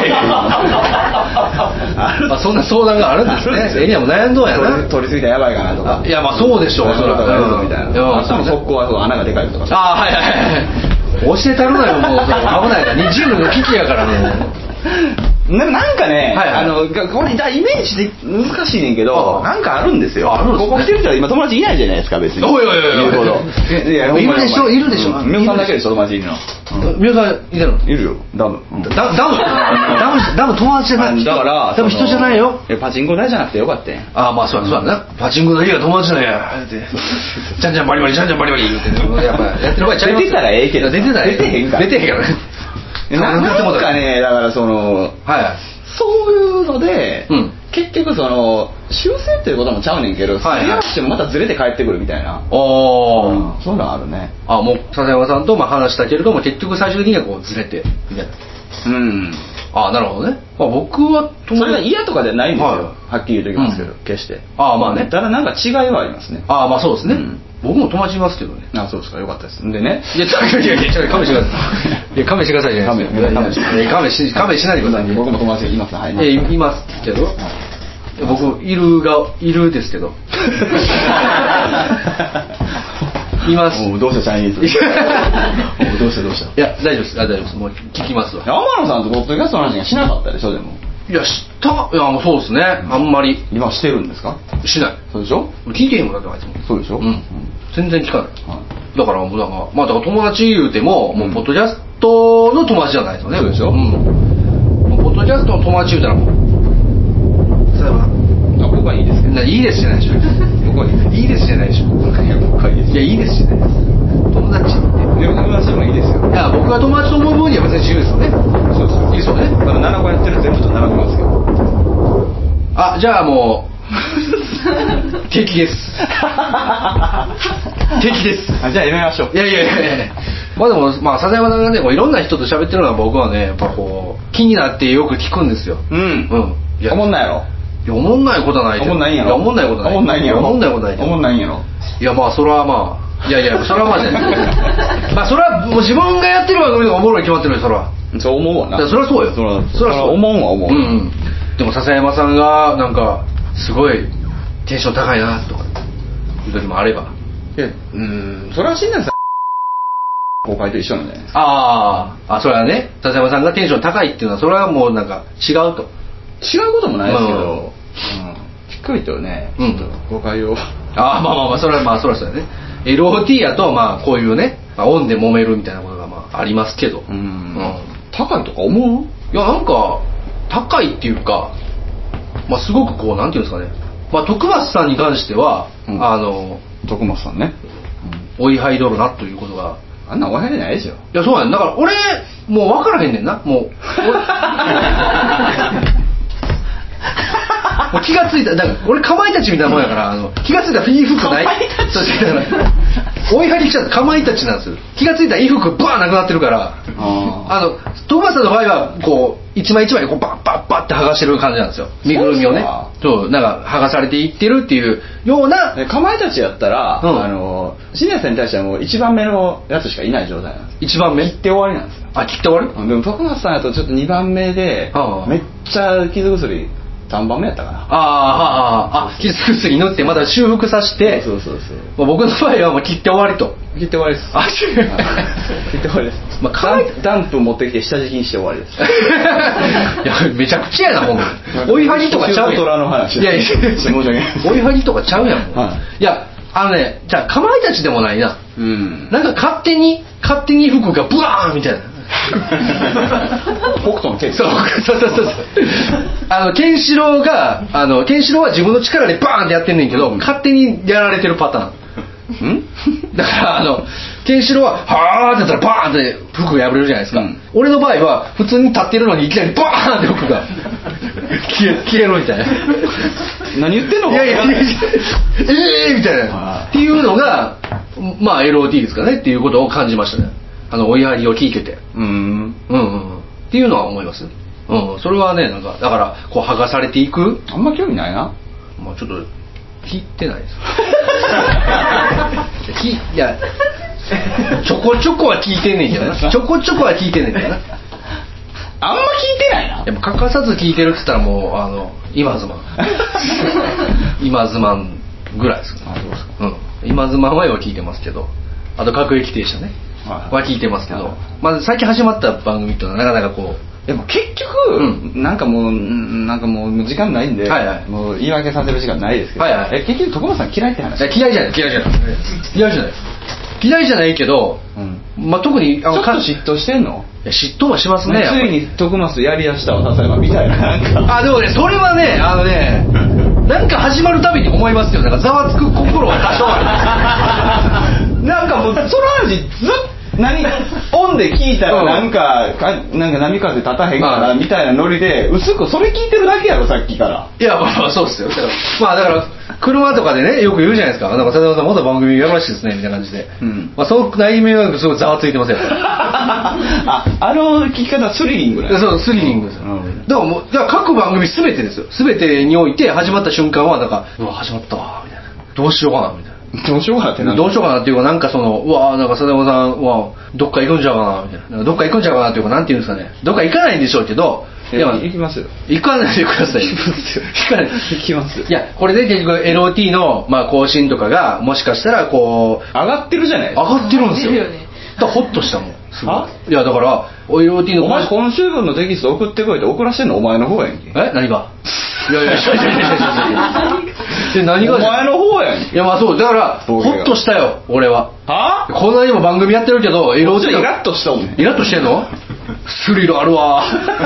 あ、そんな相談があるんですね。エイリアンも悩んどうやな。 取りすぎたらやばいかなとか。 いやまあそうでしょう。それはみたいな。あとの速攻は穴がでかいとか。 ああはいはいはい。教えたるなよもう危ないな。に人類の危機やからもう。 な, なんかね、はいはい、あのこれイメージで難しいねんけど、なんかあるんですよ。あるんですね、ここ来てる人は今友達いないじゃないですか別に。 おいおいおいおい。言うほど。いやいるでしょいるでしょ。 みおさんだけでしょ友達いるの。 みおさんいるの？ いるよ。ダム。 ダムダムダムダム友達じゃない。 だからダム人じゃないよ。 パチンコ台じゃなくてよかったやん。 ああまあそうそうだな。パチンコだけが友達なんや。ってじゃんじゃんバリバリじゃんじゃんバリバリ言うてやっぱやってる場合ちゃいます。 出てたらええけど出てたら出てへんから。 出てへんからね。 なんかねだからそのはい。そういうので、うん、結局その修正っていうこともちゃうねんけど、それやしてもまたずれて帰ってくるみたいな。ああ、うん、そういうのあるね。 あ、もう笹山さんとまあ話したけれども結局最終的にはこうずれてみたいな。うん。ああ、なるほどね。まあ、僕はそれが嫌とかじゃないんですよ。はい、はっきり言うときますけど、うん、決して。 ああまあね。 ただなんか違いはありますね。 ああまあそうですね。うん、僕も友達いますけどね。 あ、そうですか、よかったです。でね。 いや、いやいやいや、勘弁してください。いや、勘弁してくださいじゃないですか。勘弁し勘弁しないでください。 僕も友達います。はい。 いや、いますけど。僕いるがいるですけど。います。 もうどうしたチャイニーズ。どうしたどうした。 いや、大丈夫です。大丈夫です。もう聞きますわ。 天野さんとポッドキャストの話がしなかったでしょでも。 いや、した、いや、もうそうですね。あんまり。 今してるんですか？ しない。 そうでしょ？ 聞いてへんもんだってあいつも。 そうでしょ？うん。 全然聞かない。だからもうなんか、まあだから友達言うても、もうポッドキャストの友達じゃないですよね。 そうでしょ？ うん。もうポッドキャストの友達言うたらもう、そういえば。 あ、僕はいいですけど。 いいですじゃないでしょ。 僕はいいです。 いいですじゃないでしょ。 僕はいいです。 いや、いいですじゃないです。友達って。 でも友達でもいいですよ。 いや、僕が友達と思う分には別に自由ですよね。 そうですよ。 いいですよね。 まだななこやってる全部と並びますけど。 あ、じゃあもう敵です。敵です。 あ、じゃあやめましょう。 いやいやいやいや。まあでもまあ笹山さんがね、こういろんな人と喋ってるのは僕はね、やっぱこう気になってよく聞くんですよ。 うん。うん。いや、おもんないやろ。 いや、おもんないことはない。 おもんないんやろ。 いや、おもんないことない。 おもんないんやろ。 おもんないことない。 おもんないんやろ。 いや、まあそれはまあ、いやいや、それはまあじゃない。まあそれはもう自分がやってる番組がおもろいに決まってるよ、それは。 そう思うわな。 それはそうよ。 それはそれは思うは思う。うん。 でも笹山さんがなんかすごいテンション高いなとかいう時もあれば。 いや、うん、それは新年さん公開と一緒なんじゃないですか。 ああ、あ、それはね、笹山さんがテンション高いっていうのはそれはもうなんか違うと。 違うこともないですけど、うん、しっかりとね、ちょっと誤解を。 ああ、まあまあまあ、それはまあそれはそうだね。エルオーティー やとまあこういうね、まあ、オンで揉めるみたいなことがまあありますけど。うん。うん、 高いとか思う？ いや、なんか高いっていうか、まあすごくこうなんていうんですかね。まあ徳松さんに関しては、うん、あの徳松さんね、 うん、追い入どるなということが。 あんな追い入れないでしょ。 いや、そうなんだから俺もう分からへんねんな、もう。もう気がついた、だから俺かまいたちみたいなもんやから、あの気がついたら衣服ない。かまいたち。追い張り来ちゃったかまいたちなんですよ。気がついたら衣服バーンなくなってるから、あのトマさんの場合はこう一枚一枚こうバッバッバッって剥がしてる感じなんですよ。身ぐるみをね、そうなんか剥がされていってるっていうような。 かまいたちやったら、うん、あのシニアさんに対してはもう一番目のやつしかいない状態なんです。 一番目切って終わりなんですよ。 あ、切って終わり？ でも徳松さんやとちょっと二番目で、めっちゃ傷薬さんばんめやったかな。 ああ、ああ、傷薬塗ってまだ修復させて、 そうそうそう、 まあ、僕の場合はもう切って終わりと。 切って終わりです。 あ、切って終わりです。まあ、ダンダンプ持ってきて下敷きにして終わりです。いや、めちゃくちゃやな、ほんま。追いはぎとかちゃうやん。 虎の話。 いやいや、追いはぎとかちゃうやん。はい、いや、あのね、じゃあかまいたちでもないな。うん。なんか勝手に勝手に服がブワーンみたいな。 北斗の剣。 そうそうそうそう。あのケンシロウがあのケンシロウは自分の力でバーンってやってんねんけど、うん、勝手にやられてるパターン。ん？だからあのケンシロウははーってやったらバーンって服が破れるじゃないですか。うん、俺の場合は普通に立ってるのにいきなりバーンって服が消え消えるみたいな。 何言ってんのいやいやいやええみたいなっていうのがまあ エルオーティー ですかねっていうことを感じましたね。あの追いやりを聞いててうんうんうんっていうのは思います。うんそれはねなんかだからこう剥がされていくあんま興味ないな。 まあちょっと聞いてないですきいやちょこちょこは聞いてんねんけどなちょこちょこは聞いてんねんけどなあんま聞いてないな。 やっぱ欠かさず聞いてるって言ったらもうあの今ズマン今ズマンぐらいですか、ね、あそうですか、うん、今ズマンはよく聞いてますけどあと各駅停車ね、はい、は聞いてますけど、はい、まあ最近始まった番組っていうのはなかなかこうでも結局、うん、なんかもうなんかもう時間ないんで、はいはい、もう言い訳させる時間ないですけど、はいはい、え結局徳間さん嫌いって話？ 嫌いじゃない嫌いじゃない嫌いじゃない嫌いじゃないけど、うんまあ、特にあのちょっと嫉妬してんの？ いや嫉妬もしますね。 ついに徳増やりだしたわ例えばみたいななんかあでもねそれはねあのねなんか始まるたびに思いますよ。なんかざわつく心は多少あるなんかもうその話ずっと何オンで聞いたらなんか、うん、かなんか波風立たへんからみたいなノリで薄くそれ聞いてるだけやろさっきから。 いやまあまあそうですよ。だからまあだから車とかでねよく言うじゃないですか。なんか佐々木さんまだ番組やらしいですねみたいな感じで、うんまあ、その内面はすごいざわついてますよああの聞き方スリリングなんです。 そうスリリングですよ、うん、だからもうだから各番組全てですよ。全てにおいて始まった瞬間はなんかうわ始まったわみたいなどうしようかなみたいなどうしようかなってなどうしようかなっていうかなんかそのうわなんか佐々木さんはどっか行くんちゃうかなみたいなどっか行くんちゃうかなっていうかなんていうんですかねどっか行かないんでしょうけどいや行きますよ行かないでください行きますよ行かない行きますよ。 いやこれで結局 エルオーティー のまあ更新とかがもしかしたらこう上がってるじゃないですか。 上がってるんですよ。だからホッとしたもんすごい。いやだから エルオーティー のお前今週分のテキスト送ってこいって送らしてんのお前の方やんけ。 え何がいやいやいやいやいやいやいや何がお前の方やんけ。 いやまあそうだからホッとしたよ俺は。 はこんなにも番組やってるけど エルオーティーイラッとしたもんね。 イラッとしてんのスリルあるわ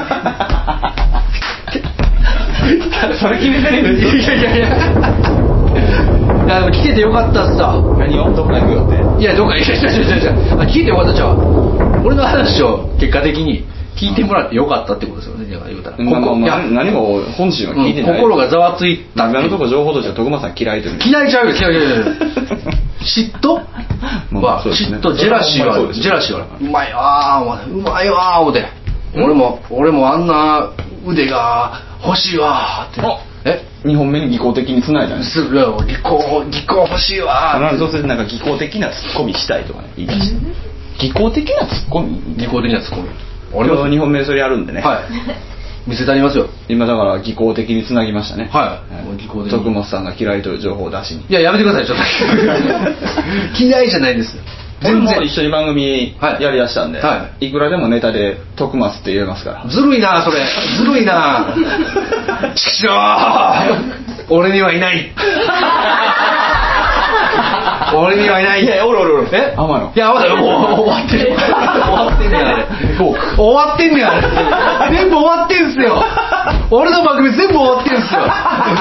それ決めてる。 いやいやいやいやでも聞けてよかったっすさ。 何をどっか行くよって。 いやどっかいやいやいやいやいや聞いてよかったじゃん。俺の話を結果的に聞いてもらってよかったってことですよね。言うたらここ、 まあ、何も本心は聞いてない、うん、 心がざわついた。 今のところ情報としては徳間さん嫌いという。 嫌いちゃうよ嫌いちゃうよ嫉妬は、ね、嫉妬ジェラシーはジェラシーはうまいわーうまいわー思って俺も俺もあんな腕が欲しいわーってえにほんめに技巧的につないだんです技巧技巧欲しいわーそうするとなんか技巧的なツッコミしたいとかね言い出して技巧的なツッコミ技巧的なツッコミ俺もにほんめそれやるんでねはい見せてありますよ。 今だから技巧的につなぎましたね。 はい、はい、技巧的に徳本さんが嫌いという情報を出しに。 いややめてくださいちょっと嫌いじゃないです全然一緒に番組やりだしたんで、はい、いくらでもネタで徳松って言えますから。 ずるいなそれずるいなちくしょー俺にはいない俺にはいない。 いやおるおるおるえ天野いや天野もう終わってる終わってんねんあれ終わってんねんあれ全部終わってんすよ俺の番組全部終わってんすよ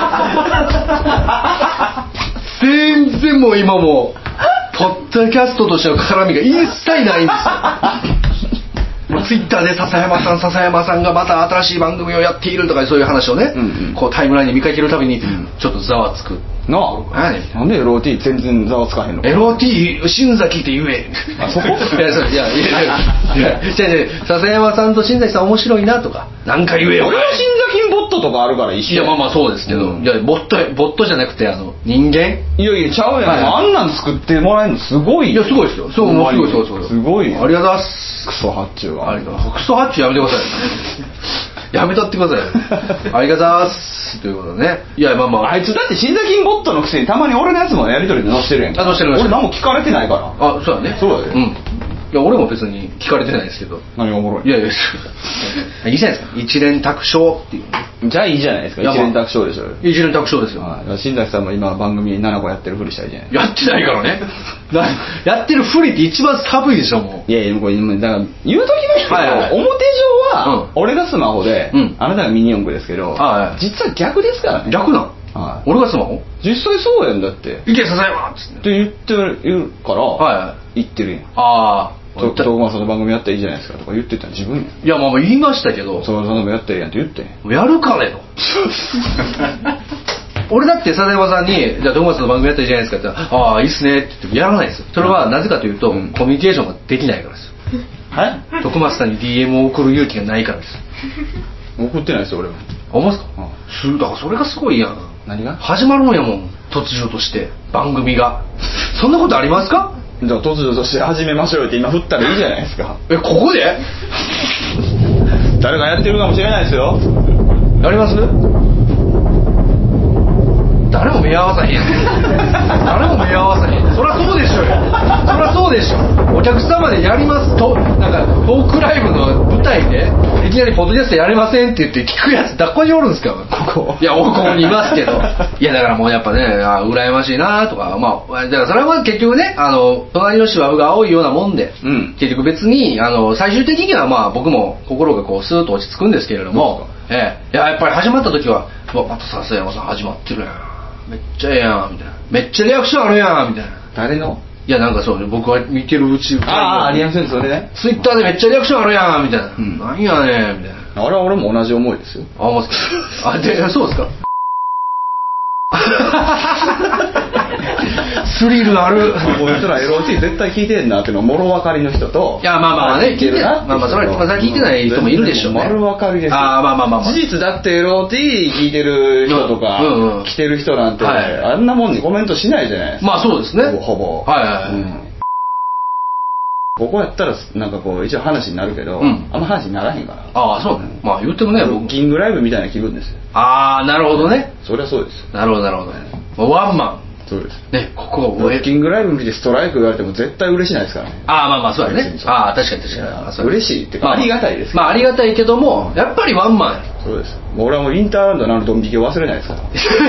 全然もう今もうポッドキャストとしての絡みが一切ないんですよツイッターで笹山さん笹山さんがまた新しい番組をやっているとかそういう話をね、うんうん、こうタイムラインに見かけるたびにちょっとざわつくなあなんで エルオーティー 全然ざわつかへんのかエルオーティー 新崎って言えあそこいやそういやいやいやいやいやいや笹山さんと新崎さん面白いなとかなんか言えよ俺は新崎ボットとかあるから一緒。 いやまあまあそうですけど、うん、いやボットボットじゃなくてあの人間いやいやちゃうやん、はい、あんなん作ってもらえるのすごい。 いやすごいですよそうもうすごいそうそうすごいありがとうございますクソ発注はありがとうございますクソ発注やめてくださいやめたってくださいありがとうございますということでね。いやまあまああいつだって新崎ボットのくせにたまに俺のやつもやり取りで載せてるやんか。 あ載せてる載せてる俺何も聞かれてないから。 あそうだねそうだよ、 うんいや俺も別に聞かれてないですけど。 何がおもろい。 いやいやいいじゃないですか一連卓勝っていう。 じゃあいいじゃないですか。一連卓勝でしょ。 一連卓勝ですよ。 新崎さんも今番組ななこやってるふりしたらいいじゃない。 やってないからねやってるふりって一番寒いでしょもう。 いやいやこれだから言うときますけど、はいはい、表上は、うん、俺がスマホで、うん、あなたがミニ四駆ですけど、はい、実は逆ですからね。 逆なん、はい、俺がスマホ実際そうやんだっていけ笹山っつって言ってるから、はい、言ってるやん。 ああ徳間さんの番組やったらいいじゃないですかとか言ってたの自分やん。 いやまあ言いましたけどその番組やったらいいやんって言ってんやるかねと俺だって貞山さんにじゃあ徳松の番組やったらいいじゃないですかって言ったらああいいっすねって言ってもやらないですよ。それはなぜかというと、うん、コミュニケーションができないからですよ。はい徳松さんに ディーエム を送る勇気がないからです。 送ってないですよ俺は。 思いますか、うん、だからそれがすごいやん。 何が始まるもんやもん突如として番組がそんなことありますか。 じゃあ突如として始めましょうよって今振ったらいいじゃないですか。 えここで誰がやってるかもしれないですよ。 やります。誰も目合わさへん誰も目合わさへん。そりゃそうでしょよ。そりゃそうでしょ。お客様でやりますとなんかトークライブの舞台でいきなりポッドキャストやれませんって言って聞くやつどこにおるんですか。 ここいやここにいますけどいやだからもうやっぱねあ羨ましいなとかまあだからそれは結局ねあの隣のシワが青いようなもんで、うん、結局別にあの最終的にはまあ僕も心がこうスーッと落ち着くんですけれども、ええ、いややっぱり始まった時はまた笹山さん始まってるやんめっちゃええやんみたいなめっちゃリアクションあるやんみたいな。 誰の。 いやなんかそうね僕は見てるうちああリアクションそれねツイッターでめっちゃリアクションあるやんみたいな、うん、何やねんみたいな。 あれは俺も同じ思いですよ。 あ思いますかあでそうですかスリルある。 こいつら エルオーティー 絶対聞いてんなっていうのもろ分かりの人といやまあまあね聞いてるなまあまあそれは聞いてない人もいるでしょうね。 丸分かりですよ。 あまあまあまあ、まあ、 事実だって エルオーティー 聞いてる人とか、うんうん、来てる人なんて、はい、あんなもんにコメントしないじゃないですか。 まあそうですねほぼほぼはいはいはい、うんここやったらなんかこう一応話になるけど、うん、あんま話にならへんから。 ああそう、うん、まあ言ってもねブッキングライブみたいな気分ですよ。 ああなるほどね。 そりゃそうです。 なるほどなるほど、ね、ワンマンそうですね。ここブッキングライブ見てストライク言われても絶対嬉しないですからね。 ああまあまあそうだね。ああ確かに確かに嬉しいっていうか、まあ、ありがたいですけど、 まあありがたいけどもやっぱりワンマン。 そうです。もう俺はもうインターランドのあのドン引きを忘れないですから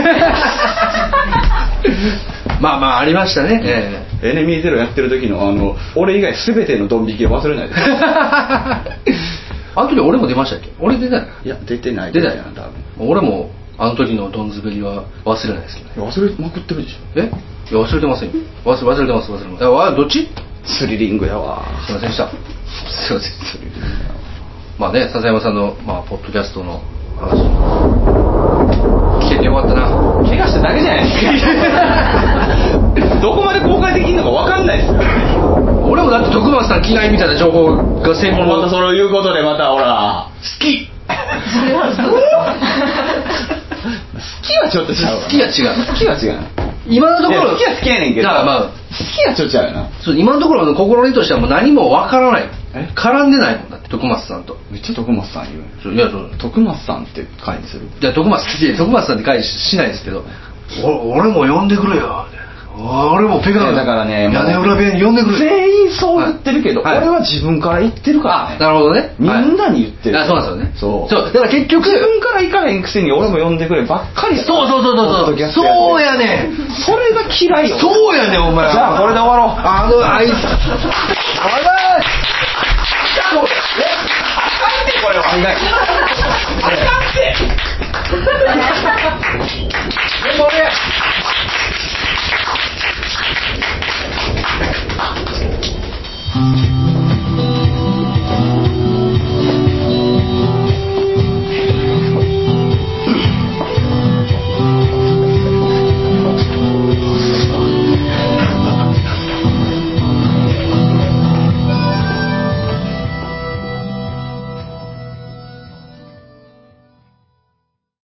まあまあありましたね、えー、エネミーゼロやってる時のあの俺以外全てのドン引きを忘れないですあの時俺も出ましたっけ。俺出ない。 いや出てない出ないな多分。俺もあの時のドンズベリは忘れないですけどね。 忘れまくってるでしょ。 えいや忘れてませんよ。忘れ忘れてます忘れてます。あどっちスリリングやわ。 すいませんでした。すいません。スリリングやわ。まあね笹山さんの、まあ、ポッドキャストの話聞けてよかったな。 怪我しただけじゃないですかどこまで公開できるのか分かんないですよ俺もだって徳松さん嫌いみたいな情報が専門のまたそれを言うことでまたほら好きそれは好きはちょっと違う。 好きは違う好きは違う今のところ好きは好きやねんけど、 まあ、 好きはちょっと違うよな。 そう今のところの心にとしてはもう何も分からない。絡んでないもんだって徳松さんと。 めっちゃ徳松さん言う。 そういやそう徳松さんって会にする。 いや徳松って徳松さんって会しないですけどお俺も呼んでくれよ俺もペガだからね屋根裏部屋に呼んでくれ。 全員そう言ってるけど、はい、俺は自分から言ってるからね。 あなるほどね。 みんなに言ってる、 はい、あそうなんですよね。 そうそうだから結局自分から行かへんくせに俺も呼んでくればっかりやから。 そうそうそうそうそうやねんそれが嫌いよ。 そうやねんお前。 じゃあこれで終わろう。 あのあいつあらあかんってこれは。あかんってでもね 「